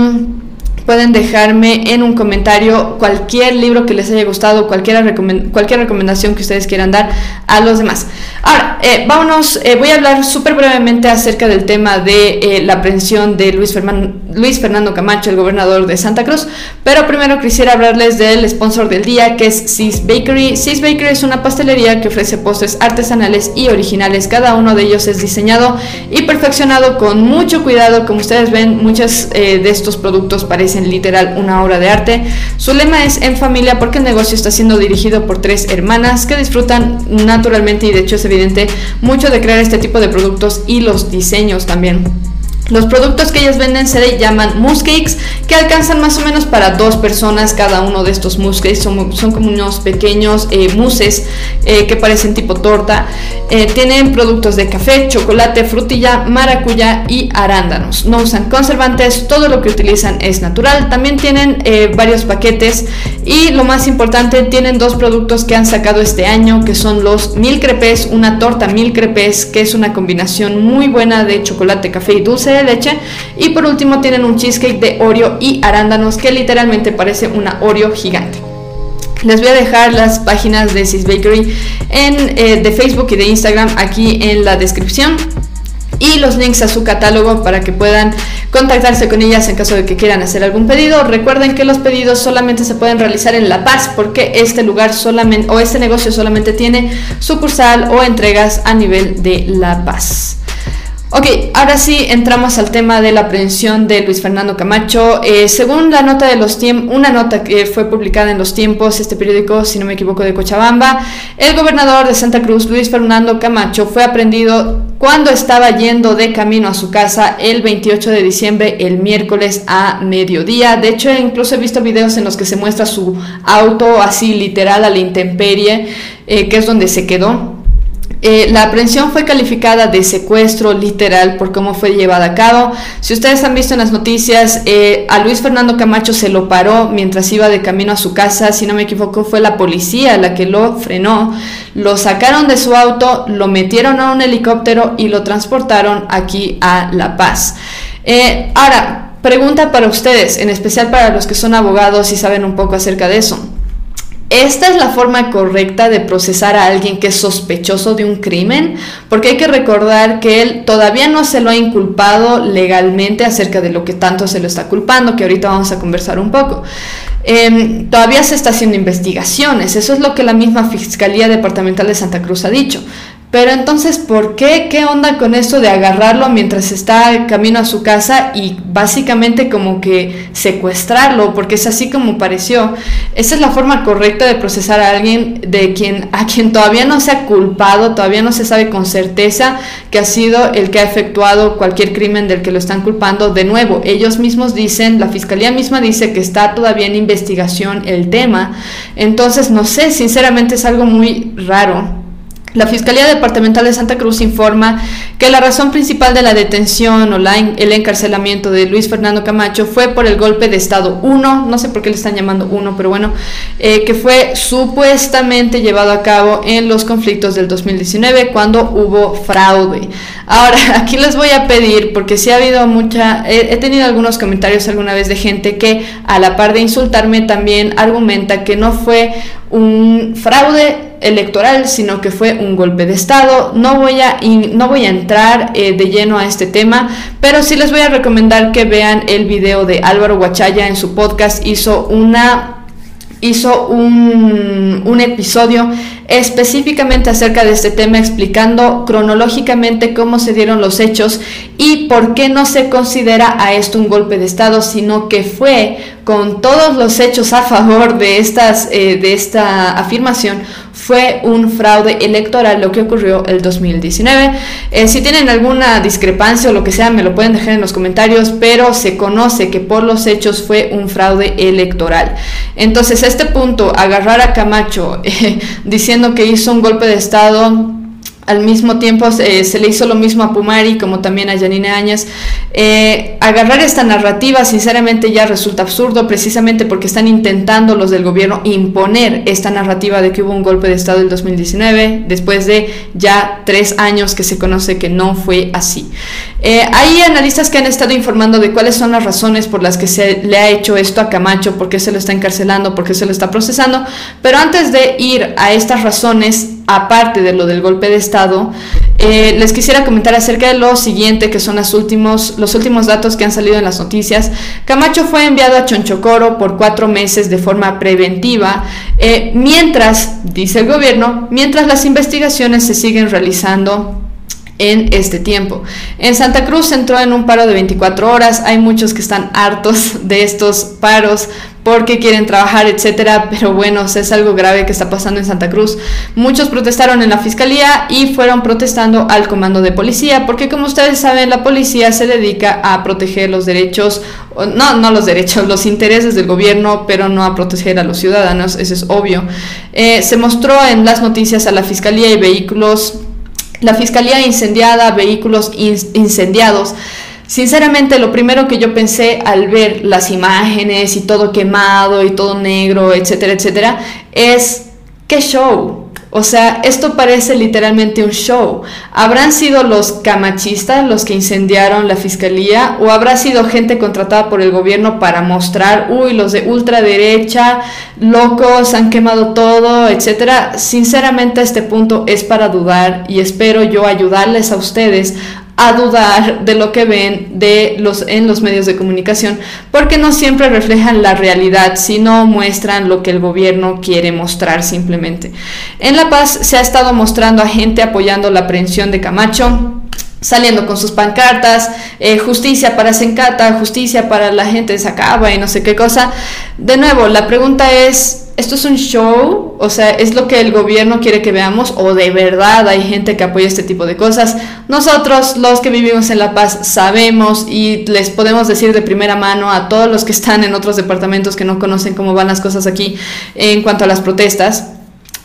en un comentario cualquier libro que les haya gustado, cualquier recomendación que ustedes quieran dar a los demás. Ahora, vámonos, voy a hablar súper brevemente acerca del tema de la aprehensión de Luis Fernando Camacho, el gobernador de Santa Cruz, pero primero quisiera hablarles del sponsor del día, que es Sis Bakery. Sis Bakery es una pastelería que ofrece postres artesanales y originales. Cada uno de ellos es diseñado y perfeccionado con mucho cuidado. Como ustedes ven, muchos de estos productos parecen literal una obra de arte. Su lema es en familia porque el negocio está siendo dirigido por 3 hermanas que disfrutan naturalmente, y de hecho es evidente, mucho de crear este tipo de productos y los diseños también. Los productos que ellas venden se le llaman mousse cakes, que alcanzan más o menos para 2 personas cada uno de estos mousse cakes. Son como unos pequeños mousses que parecen tipo torta. Tienen productos de café, chocolate, frutilla, maracuyá y arándanos. No usan conservantes, todo lo que utilizan es natural. También tienen varios paquetes y, lo más importante, tienen 2 productos que han sacado este año, que son los mil crepes, una torta mil crepes que es una combinación muy buena de chocolate, café y dulce de leche, y por último tienen un cheesecake de Oreo y arándanos que literalmente parece una Oreo gigante. Les voy a dejar las páginas de Sis Bakery de Facebook y de Instagram aquí en la descripción, y los links a su catálogo para que puedan contactarse con ellas en caso de que quieran hacer algún pedido. Recuerden que los pedidos solamente se pueden realizar en La Paz porque este negocio solamente tiene sucursal o entregas a nivel de La Paz. Ok, ahora sí entramos al tema de la aprehensión de Luis Fernando Camacho. Según la nota de los tiempos, una nota que fue publicada en Los Tiempos, este periódico, si no me equivoco, de Cochabamba, el gobernador de Santa Cruz, Luis Fernando Camacho, fue aprehendido cuando estaba yendo de camino a su casa el 28 de diciembre, el miércoles a mediodía. De hecho, incluso he visto videos en los que se muestra su auto así literal a la intemperie, que es donde se quedó. La aprehensión fue calificada de secuestro literal por cómo fue llevada a cabo. Si ustedes han visto en las noticias, a Luis Fernando Camacho se lo paró mientras iba de camino a su casa. Si no me equivoco, fue la policía la que lo frenó. Lo sacaron de su auto, lo metieron a un helicóptero y lo transportaron aquí a La Paz. Ahora, pregunta para ustedes, en especial para los que son abogados y saben un poco acerca de eso. ¿Esta es la forma correcta de procesar a alguien que es sospechoso de un crimen? Porque hay que recordar que él todavía no se lo ha inculpado legalmente acerca de lo que tanto se lo está culpando, que ahorita vamos a conversar un poco. Todavía se está haciendo investigaciones, eso es lo que la misma Fiscalía Departamental de Santa Cruz ha dicho. Pero entonces, ¿por qué? ¿Qué onda con esto de agarrarlo mientras está camino a su casa y básicamente como que secuestrarlo? Porque es así como pareció. Esa es la forma correcta de procesar a alguien a quien todavía no se ha culpado, todavía no se sabe con certeza que ha sido el que ha efectuado cualquier crimen del que lo están culpando. De nuevo, ellos mismos dicen, la fiscalía misma dice que está todavía en investigación el tema. Entonces, no sé, sinceramente es algo muy raro. La Fiscalía Departamental de Santa Cruz informa que la razón principal de la detención o el encarcelamiento de Luis Fernando Camacho fue por el golpe de Estado 1, no sé por qué le están llamando 1, pero bueno, que fue supuestamente llevado a cabo en los conflictos del 2019 cuando hubo fraude. Ahora, aquí les voy a pedir, porque sí ha habido he tenido algunos comentarios alguna vez de gente que a la par de insultarme también argumenta que no fue un fraude electoral, sino que fue un golpe de Estado. No voy a entrar de lleno a este tema, pero sí les voy a recomendar que vean el video de Álvaro Huachaya. En su podcast hizo un episodio específicamente acerca de este tema, explicando cronológicamente cómo se dieron los hechos y por qué no se considera a esto un golpe de Estado, sino que fue con todos los hechos a favor de esta afirmación, fue un fraude electoral lo que ocurrió el 2019. Si tienen alguna discrepancia o lo que sea, me lo pueden dejar en los comentarios, pero se conoce que por los hechos fue un fraude electoral. Entonces, a este punto, agarrar a Camacho diciendo que hizo un golpe de Estado, al mismo tiempo se le hizo lo mismo a Pumari como también a Yanine Áñez. Agarrar esta narrativa sinceramente ya resulta absurdo, precisamente porque están intentando los del gobierno imponer esta narrativa de que hubo un golpe de Estado en 2019 después de ya 3 años que se conoce que no fue así. Hay analistas que han estado informando de cuáles son las razones por las que se le ha hecho esto a Camacho, por qué se lo está encarcelando, por qué se lo está procesando, pero antes de ir a estas razones, aparte de lo del golpe de Estado, les quisiera comentar acerca de lo siguiente, que son los últimos datos que han salido en las noticias. Camacho fue enviado a Chonchocoro por 4 meses de forma preventiva, mientras, dice el gobierno, mientras las investigaciones se siguen realizando en este tiempo. En Santa Cruz entró en un paro de 24 horas. Hay muchos que están hartos de estos paros porque quieren trabajar, etcétera, pero bueno, es algo grave que está pasando en Santa Cruz. Muchos protestaron en la fiscalía y fueron protestando al comando de policía, porque como ustedes saben, la policía se dedica a proteger los derechos, los intereses del gobierno, pero no a proteger a los ciudadanos, eso es obvio. Se mostró en las noticias a la fiscalía y la fiscalía incendiada, vehículos incendiados. Sinceramente, lo primero que yo pensé al ver las imágenes y todo quemado y todo negro, etcétera, etcétera, es ¿qué show? O sea, esto parece literalmente un show. ¿Habrán sido los camachistas los que incendiaron la fiscalía? ¿O habrá sido gente contratada por el gobierno para mostrar, los de ultraderecha, locos, han quemado todo, etcétera? Sinceramente, este punto es para dudar y espero yo ayudarles a ustedes a dudar de lo que ven en los medios de comunicación, porque no siempre reflejan la realidad, sino muestran lo que el gobierno quiere mostrar simplemente. En La Paz se ha estado mostrando a gente apoyando la aprehensión de Camacho, saliendo con sus pancartas, justicia para Sencata, justicia para la gente de Sacaba y no sé qué cosa. De nuevo, la pregunta es, ¿esto es un show? O sea, ¿es lo que el gobierno quiere que veamos? ¿O de verdad hay gente que apoya este tipo de cosas? Nosotros, los que vivimos en La Paz, sabemos y les podemos decir de primera mano a todos los que están en otros departamentos que no conocen cómo van las cosas aquí en cuanto a las protestas,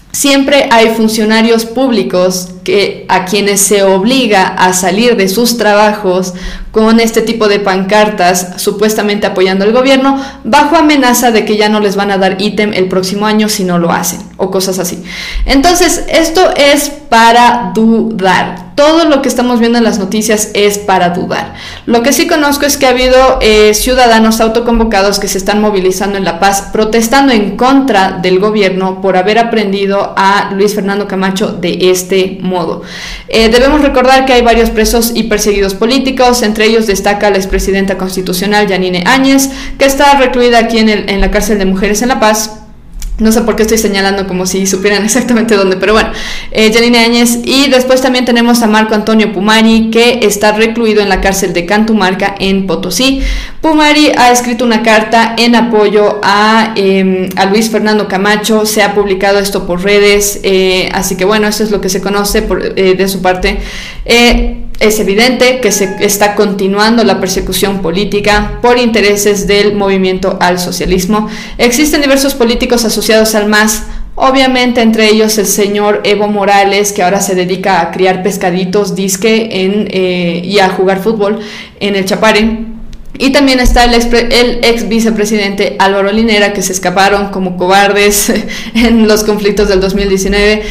siempre hay funcionarios públicos a quienes se obliga a salir de sus trabajos con este tipo de pancartas supuestamente apoyando al gobierno, bajo amenaza de que ya no les van a dar ítem el próximo año si no lo hacen, o cosas así. Entonces, esto es para dudar. Todo lo que estamos viendo en las noticias es para dudar. Lo que sí conozco es que ha habido ciudadanos autoconvocados que se están movilizando en La Paz, protestando en contra del gobierno por haber aprendido a Luis Fernando Camacho de este modo. Debemos recordar que hay varios presos y perseguidos políticos, entre ellos destaca la expresidenta constitucional Yanine Áñez, que está recluida aquí en la cárcel de mujeres en La Paz. No sé por qué estoy señalando como si supieran exactamente dónde, pero bueno, Yanine Áñez. Y después también tenemos a Marco Antonio Pumari, que está recluido en la cárcel de Cantumarca, en Potosí. Pumari ha escrito una carta en apoyo a Luis Fernando Camacho. Se ha publicado esto por redes, así que bueno, esto es lo que se conoce de su parte. Es evidente que se está continuando la persecución política por intereses del movimiento al socialismo. Existen diversos políticos asociados al MAS, obviamente entre ellos el señor Evo Morales, que ahora se dedica a criar pescaditos, disque, y a jugar fútbol en el Chapare. Y también está el ex vicepresidente Álvaro Linera, que se escaparon como cobardes en los conflictos del 2019.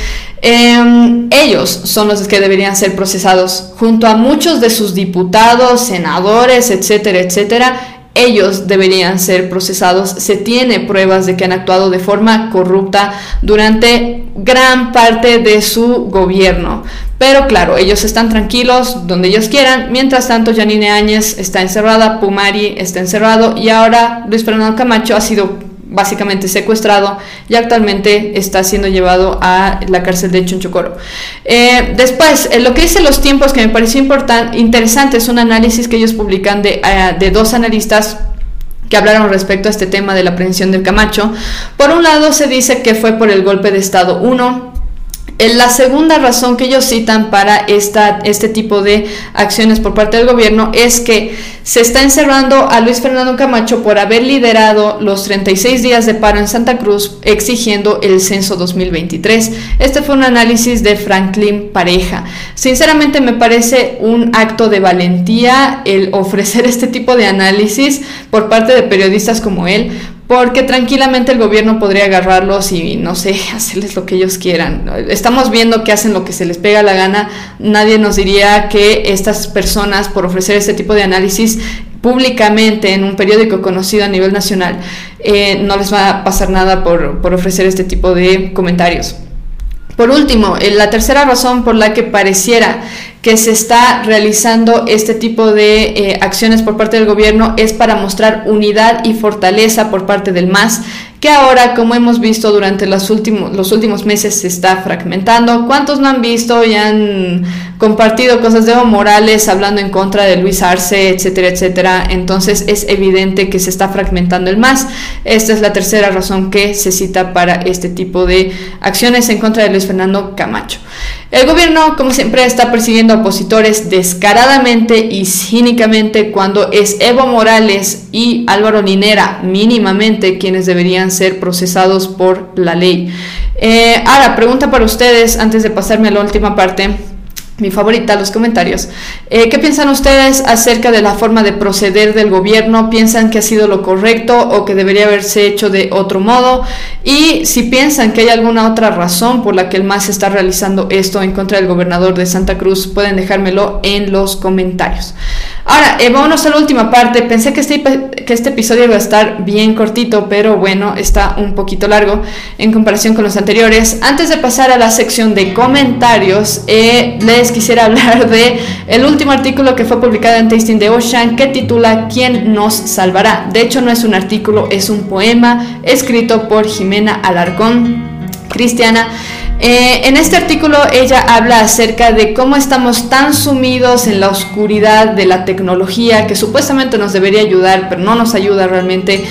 Ellos son los que deberían ser procesados, junto a muchos de sus diputados, senadores, etcétera, etcétera. Ellos deberían ser procesados. Se tiene pruebas de que han actuado de forma corrupta durante gran parte de su gobierno. Pero claro, ellos están tranquilos donde ellos quieran. Mientras tanto, Yanine Áñez está encerrada, Pumari está encerrado y ahora Luis Fernando Camacho ha sido básicamente secuestrado y actualmente está siendo llevado a la cárcel de Chonchocoro. Después, lo que dice Los Tiempos, que me pareció interesante, es un análisis que ellos publican de dos analistas que hablaron respecto a este tema de la aprehensión del Camacho. Por un lado, se dice que fue por el golpe de Estado 1. La segunda razón que ellos citan para este tipo de acciones por parte del gobierno es que se está encerrando a Luis Fernando Camacho por haber liderado los 36 días de paro en Santa Cruz exigiendo el censo 2023. Este fue un análisis de Franklin Pareja. Sinceramente me parece un acto de valentía el ofrecer este tipo de análisis por parte de periodistas como él, porque tranquilamente el gobierno podría agarrarlos y, no sé, hacerles lo que ellos quieran. Estamos viendo que hacen lo que se les pega la gana. Nadie nos diría que estas personas, por ofrecer este tipo de análisis públicamente en un periódico conocido a nivel nacional, no les va a pasar nada por ofrecer este tipo de comentarios. Por último, la tercera razón por la que pareciera que se está realizando este tipo de acciones por parte del gobierno es para mostrar unidad y fortaleza por parte del MAS, que ahora, como hemos visto durante los últimos meses, se está fragmentando. ¿Cuántos no han visto y han compartido cosas de Evo Morales hablando en contra de Luis Arce, etcétera, etcétera? Entonces es evidente que se está fragmentando el MAS. Esta es la tercera razón que se cita para este tipo de acciones en contra de Luis Fernando Camacho. El gobierno, como siempre, está persiguiendo a opositores descaradamente y cínicamente, cuando es Evo Morales y Álvaro Linera mínimamente quienes deberían ser procesados por la ley. Ahora, pregunta para ustedes antes de pasarme a la última parte, mi favorita, los comentarios. ¿Qué piensan ustedes acerca de la forma de proceder del gobierno? ¿Piensan que ha sido lo correcto o que debería haberse hecho de otro modo? Y si piensan que hay alguna otra razón por la que el MAS está realizando esto en contra del gobernador de Santa Cruz, pueden dejármelo en los comentarios. Ahora, vámonos a la última parte. Pensé que este episodio iba a estar bien cortito, pero bueno, está un poquito largo en comparación con los anteriores. Antes de pasar a la sección de comentarios, les quisiera hablar de el último artículo que fue publicado en Tasting the Ocean, que titula ¿Quién nos salvará? De hecho, no es un artículo, es un poema escrito por Jimena Alarcón, cristiana. En este artículo ella habla acerca de cómo estamos tan sumidos en la oscuridad de la tecnología, que supuestamente nos debería ayudar, pero no nos ayuda realmente.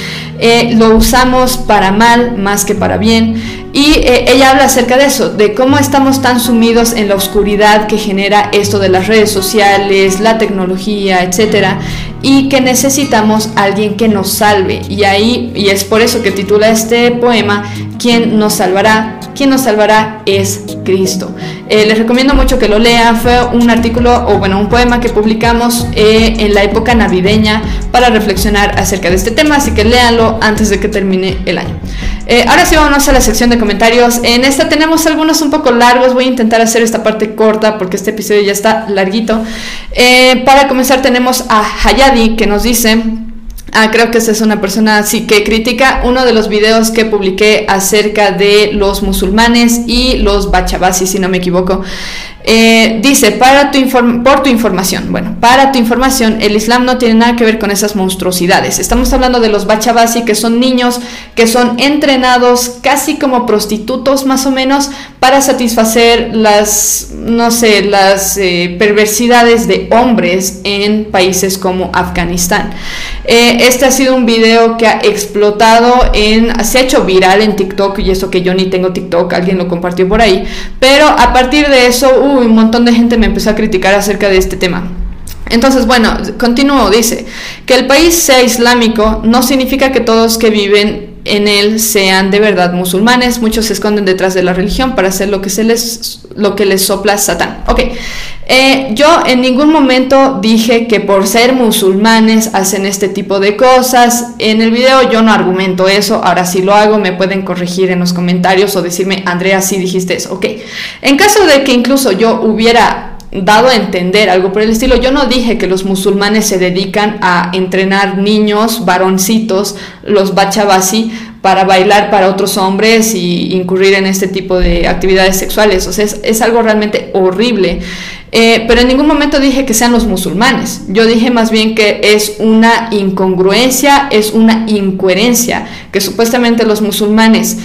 Lo usamos para mal más que para bien. Y ella habla acerca de eso, de cómo estamos tan sumidos en la oscuridad que genera esto de las redes sociales, la tecnología, etcétera, y que necesitamos a alguien que nos salve. Y es por eso que titula este poema ¿Quién nos salvará? quien nos salvará es Cristo. Les recomiendo mucho que lo lean. Fue un artículo, o bueno, un poema que publicamos en la época navideña para reflexionar acerca de este tema, así que léanlo antes de que termine el año. Ahora sí, vámonos a la sección de comentarios. En esta tenemos algunos un poco largos, voy a intentar hacer esta parte corta porque este episodio ya está larguito. Para comenzar tenemos a Hayadi, que nos dice... creo que esta es una persona sí que critica uno de los videos que publiqué acerca de los musulmanes y los bachabasi, si no me equivoco. Dice, para tu información, el Islam no tiene nada que ver con esas monstruosidades. Estamos hablando de los bachabasi, que son niños que son entrenados casi como prostitutos más o menos para satisfacer las perversidades de hombres en países como Afganistán. Este ha sido un video que ha explotado, se ha hecho viral en TikTok, y eso que yo ni tengo TikTok, alguien lo compartió por ahí, pero a partir de eso un montón de gente me empezó a criticar acerca de este tema. Entonces, bueno, continúo, dice que el país sea islámico no significa que todos que viven en él sean de verdad musulmanes. Muchos se esconden detrás de la religión para hacer lo que les sopla Satán. Ok, yo en ningún momento dije que por ser musulmanes hacen este tipo de cosas. En el video yo no argumento eso, ahora sí lo hago, me pueden corregir en los comentarios o decirme, Andrea, sí dijiste eso. Ok, en caso de que incluso yo hubiera dado a entender algo por el estilo, yo no dije que los musulmanes se dedican a entrenar niños, varoncitos, los bachabasi, para bailar para otros hombres y incurrir en este tipo de actividades sexuales. O sea, es algo realmente horrible. Pero en ningún momento dije que sean los musulmanes. Yo dije más bien que es una incongruencia, es una incoherencia, que supuestamente los musulmanes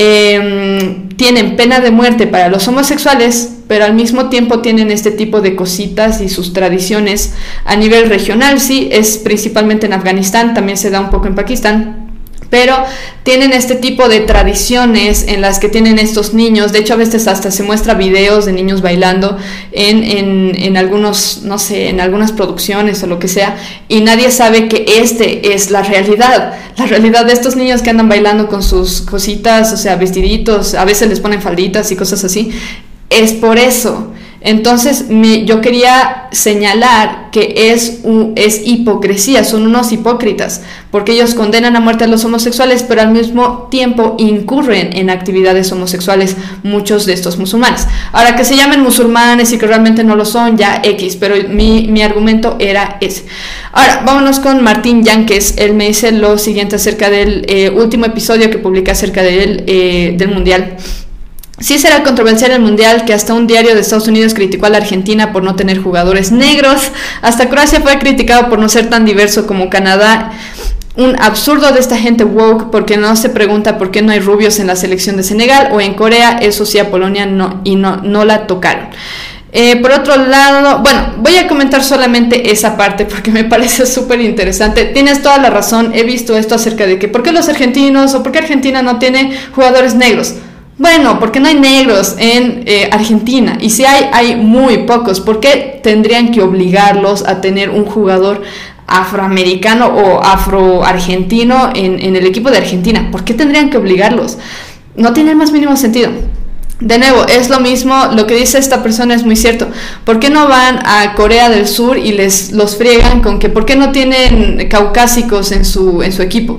tienen pena de muerte para los homosexuales, pero al mismo tiempo tienen este tipo de cositas y sus tradiciones a nivel regional. Sí, es principalmente en Afganistán, también se da un poco en Pakistán, pero tienen este tipo de tradiciones en las que tienen estos niños. De hecho, a veces hasta se muestra videos de niños bailando en algunos, no sé, en algunas producciones o lo que sea, y nadie sabe que este es la realidad de estos niños que andan bailando con sus cositas, o sea, vestiditos, a veces les ponen falditas y cosas así. Es por eso. Entonces yo quería señalar que es hipocresía, son unos hipócritas, porque ellos condenan a muerte a los homosexuales, pero al mismo tiempo incurren en actividades homosexuales muchos de estos musulmanes. Ahora, que se llamen musulmanes y que realmente no lo son, ya X, pero mi argumento era ese. Ahora, vámonos con Martín Yanques. Él me dice lo siguiente acerca del último episodio que publiqué acerca del Mundial. Sí será controversial el Mundial, que hasta un diario de Estados Unidos criticó a la Argentina por no tener jugadores negros. Hasta Croacia fue criticado por no ser tan diverso como Canadá. Un absurdo de esta gente woke, porque no se pregunta por qué no hay rubios en la selección de Senegal, o en Corea, eso sí, a Polonia no la tocaron. Por otro lado, bueno, voy a comentar solamente esa parte porque me parece súper interesante. Tienes toda la razón, he visto esto acerca de que ¿por qué los argentinos o por qué Argentina no tiene jugadores negros? Bueno, porque no hay negros en Argentina, y si hay muy pocos. ¿Por qué tendrían que obligarlos a tener un jugador afroamericano o afroargentino en el equipo de Argentina? ¿Por qué tendrían que obligarlos? No tiene el más mínimo sentido. De nuevo, es lo mismo, lo que dice esta persona es muy cierto. ¿Por qué no van a Corea del Sur y los friegan con que por qué no tienen caucásicos en su equipo?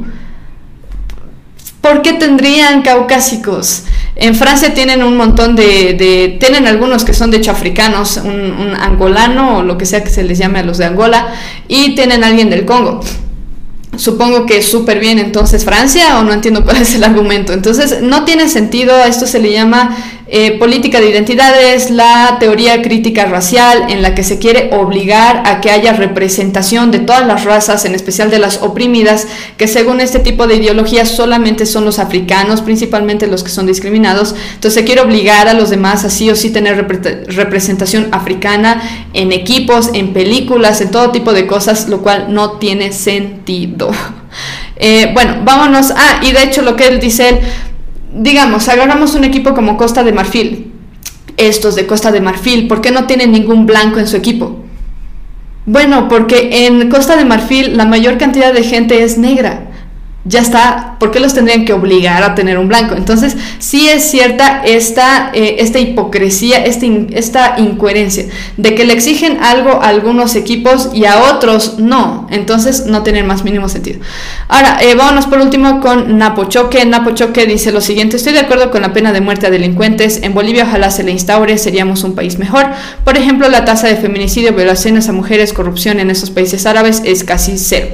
¿Por qué tendrían caucásicos? En Francia tienen un montón tienen algunos que son de hecho africanos, un angolano o lo que sea que se les llame a los de Angola, y tienen a alguien del Congo. Supongo que súper bien entonces Francia, o no entiendo cuál es el argumento. Entonces no tiene sentido. Esto se le llama política de identidades, la teoría crítica racial, en la que se quiere obligar a que haya representación de todas las razas, en especial de las oprimidas, que según este tipo de ideologías solamente son los africanos, principalmente los que son discriminados. Entonces se quiere obligar a los demás a sí o sí tener representación africana en equipos, en películas, en todo tipo de cosas, lo cual no tiene sentido. Bueno, vámonos. Y de hecho lo que él dice, digamos, agarramos un equipo como Costa de Marfil. Estos de Costa de Marfil, ¿por qué no tienen ningún blanco en su equipo? Bueno, porque en Costa de Marfil la mayor cantidad de gente es negra. ya está, ¿por qué los tendrían que obligar a tener un blanco? Entonces, sí es cierta esta hipocresía, esta incoherencia, de que le exigen algo a algunos equipos y a otros no. Entonces, no tiene más mínimo sentido. Ahora, vámonos por último con Napo Choque. Napo Choque dice lo siguiente: estoy de acuerdo con la pena de muerte a delincuentes. En Bolivia ojalá se le instaure, seríamos un país mejor. Por ejemplo, la tasa de feminicidio, violaciones a mujeres, corrupción en esos países árabes es casi cero.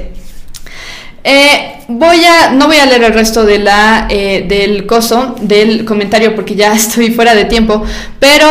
No voy a leer el resto de del comentario porque ya estoy fuera de tiempo, pero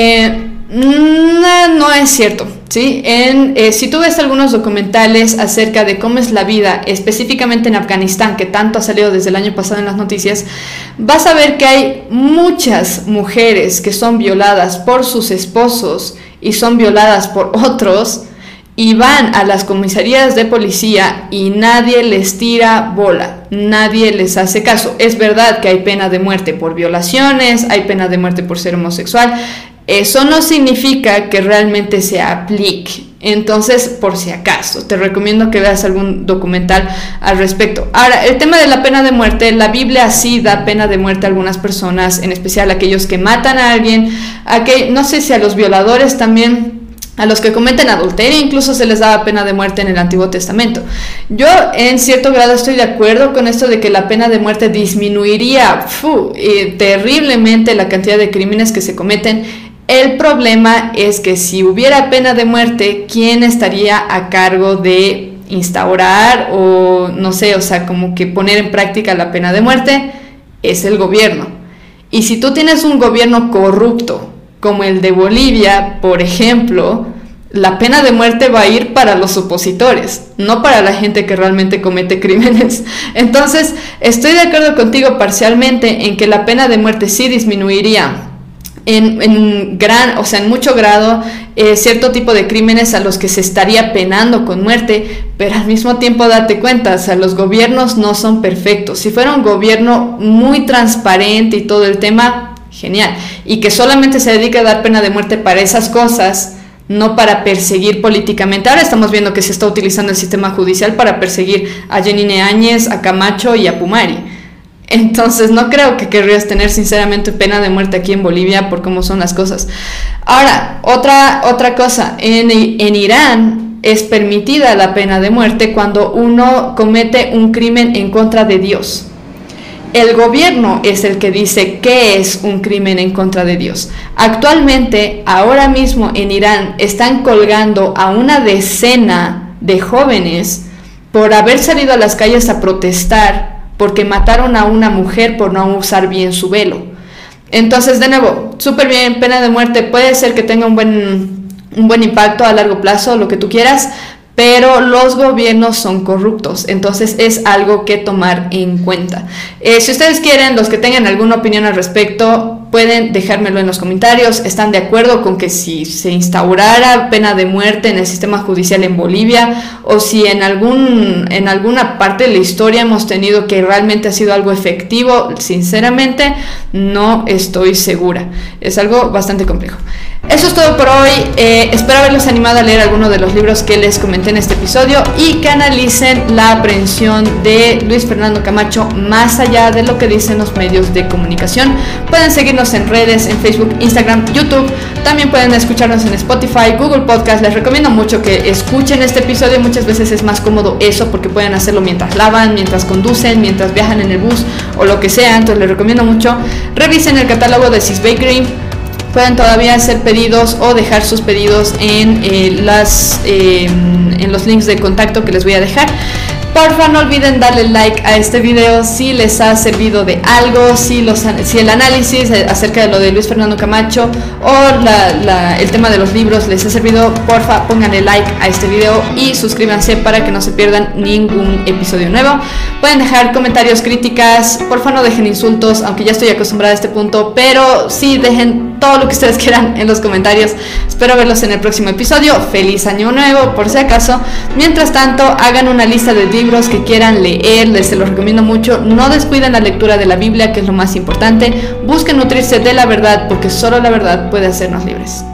no es cierto, ¿sí? Si tú ves algunos documentales acerca de cómo es la vida, específicamente en Afganistán, que tanto ha salido desde el año pasado en las noticias, vas a ver que hay muchas mujeres que son violadas por sus esposos y son violadas por otros, y van a las comisarías de policía y nadie les tira bola, nadie les hace caso. Es verdad que hay pena de muerte por violaciones, hay pena de muerte por ser homosexual. Eso no significa que realmente se aplique. Entonces, por si acaso, te recomiendo que veas algún documental al respecto. Ahora, el tema de la pena de muerte, la Biblia sí da pena de muerte a algunas personas, en especial a aquellos que matan a alguien, no sé si a los violadores también. A los que cometen adulterio incluso se les daba pena de muerte en el Antiguo Testamento. Yo en cierto grado estoy de acuerdo con esto de que la pena de muerte disminuiría terriblemente la cantidad de crímenes que se cometen. El problema es que si hubiera pena de muerte, ¿quién estaría a cargo de instaurar o no sé, o sea, como que poner en práctica la pena de muerte? Es el gobierno. Y si tú tienes un gobierno corrupto, como el de Bolivia, por ejemplo, la pena de muerte va a ir para los opositores, no para la gente que realmente comete crímenes. Entonces, estoy de acuerdo contigo parcialmente en que la pena de muerte sí disminuiría en mucho grado cierto tipo de crímenes a los que se estaría penando con muerte, pero al mismo tiempo date cuenta, o sea, los gobiernos no son perfectos. Si fuera un gobierno muy transparente y todo el tema, genial, y que solamente se dedica a dar pena de muerte para esas cosas, no para perseguir políticamente. Ahora estamos viendo que se está utilizando el sistema judicial para perseguir a Yanine Áñez, a Camacho y a Pumari. Entonces no creo que querrías tener sinceramente pena de muerte aquí en Bolivia por cómo son las cosas. Ahora, otra cosa, en Irán es permitida la pena de muerte cuando uno comete un crimen en contra de Dios. El gobierno es el que dice qué es un crimen en contra de Dios. Actualmente, ahora mismo en Irán, están colgando a una decena de jóvenes por haber salido a las calles a protestar porque mataron a una mujer por no usar bien su velo. Entonces, de nuevo, súper bien, pena de muerte, puede ser que tenga un buen impacto a largo plazo, lo que tú quieras, pero los gobiernos son corruptos, entonces es algo que tomar en cuenta. Si ustedes quieren, los que tengan alguna opinión al respecto, pueden dejármelo en los comentarios. ¿Están de acuerdo con que si se instaurara pena de muerte en el sistema judicial en Bolivia, o si en alguna parte de la historia hemos tenido que realmente ha sido algo efectivo? Sinceramente, no estoy segura. Es algo bastante complejo. Eso es todo por hoy. Espero haberlos animado a leer alguno de los libros que les comenté en este episodio y que analicen la aprehensión de Luis Fernando Camacho más allá de lo que dicen los medios de comunicación. Pueden seguirnos en redes, en Facebook, Instagram, YouTube. También pueden escucharnos en Spotify, Google Podcast. Les recomiendo mucho que escuchen este episodio. Muchas veces es más cómodo eso porque pueden hacerlo mientras lavan, mientras conducen, mientras viajan en el bus o lo que sea. Entonces les recomiendo mucho. Revisen el catálogo de Sis Bakery. Pueden todavía hacer pedidos o dejar sus pedidos en los links de contacto que les voy a dejar. Porfa, no olviden darle like a este video si les ha servido de algo, si el análisis acerca de lo de Luis Fernando Camacho o el tema de los libros les ha servido. Porfa, pónganle like a este video y suscríbanse para que no se pierdan ningún episodio nuevo. Pueden dejar comentarios, críticas, porfa no dejen insultos, aunque ya estoy acostumbrada a este punto, pero sí dejen todo lo que ustedes quieran en los comentarios. Espero verlos en el próximo episodio. Feliz año nuevo, por si acaso. Mientras tanto, hagan una lista de libros que quieran leer, se los recomiendo mucho. No descuiden la lectura de la Biblia, que es lo más importante. Busquen nutrirse de la verdad, porque solo la verdad puede hacernos libres.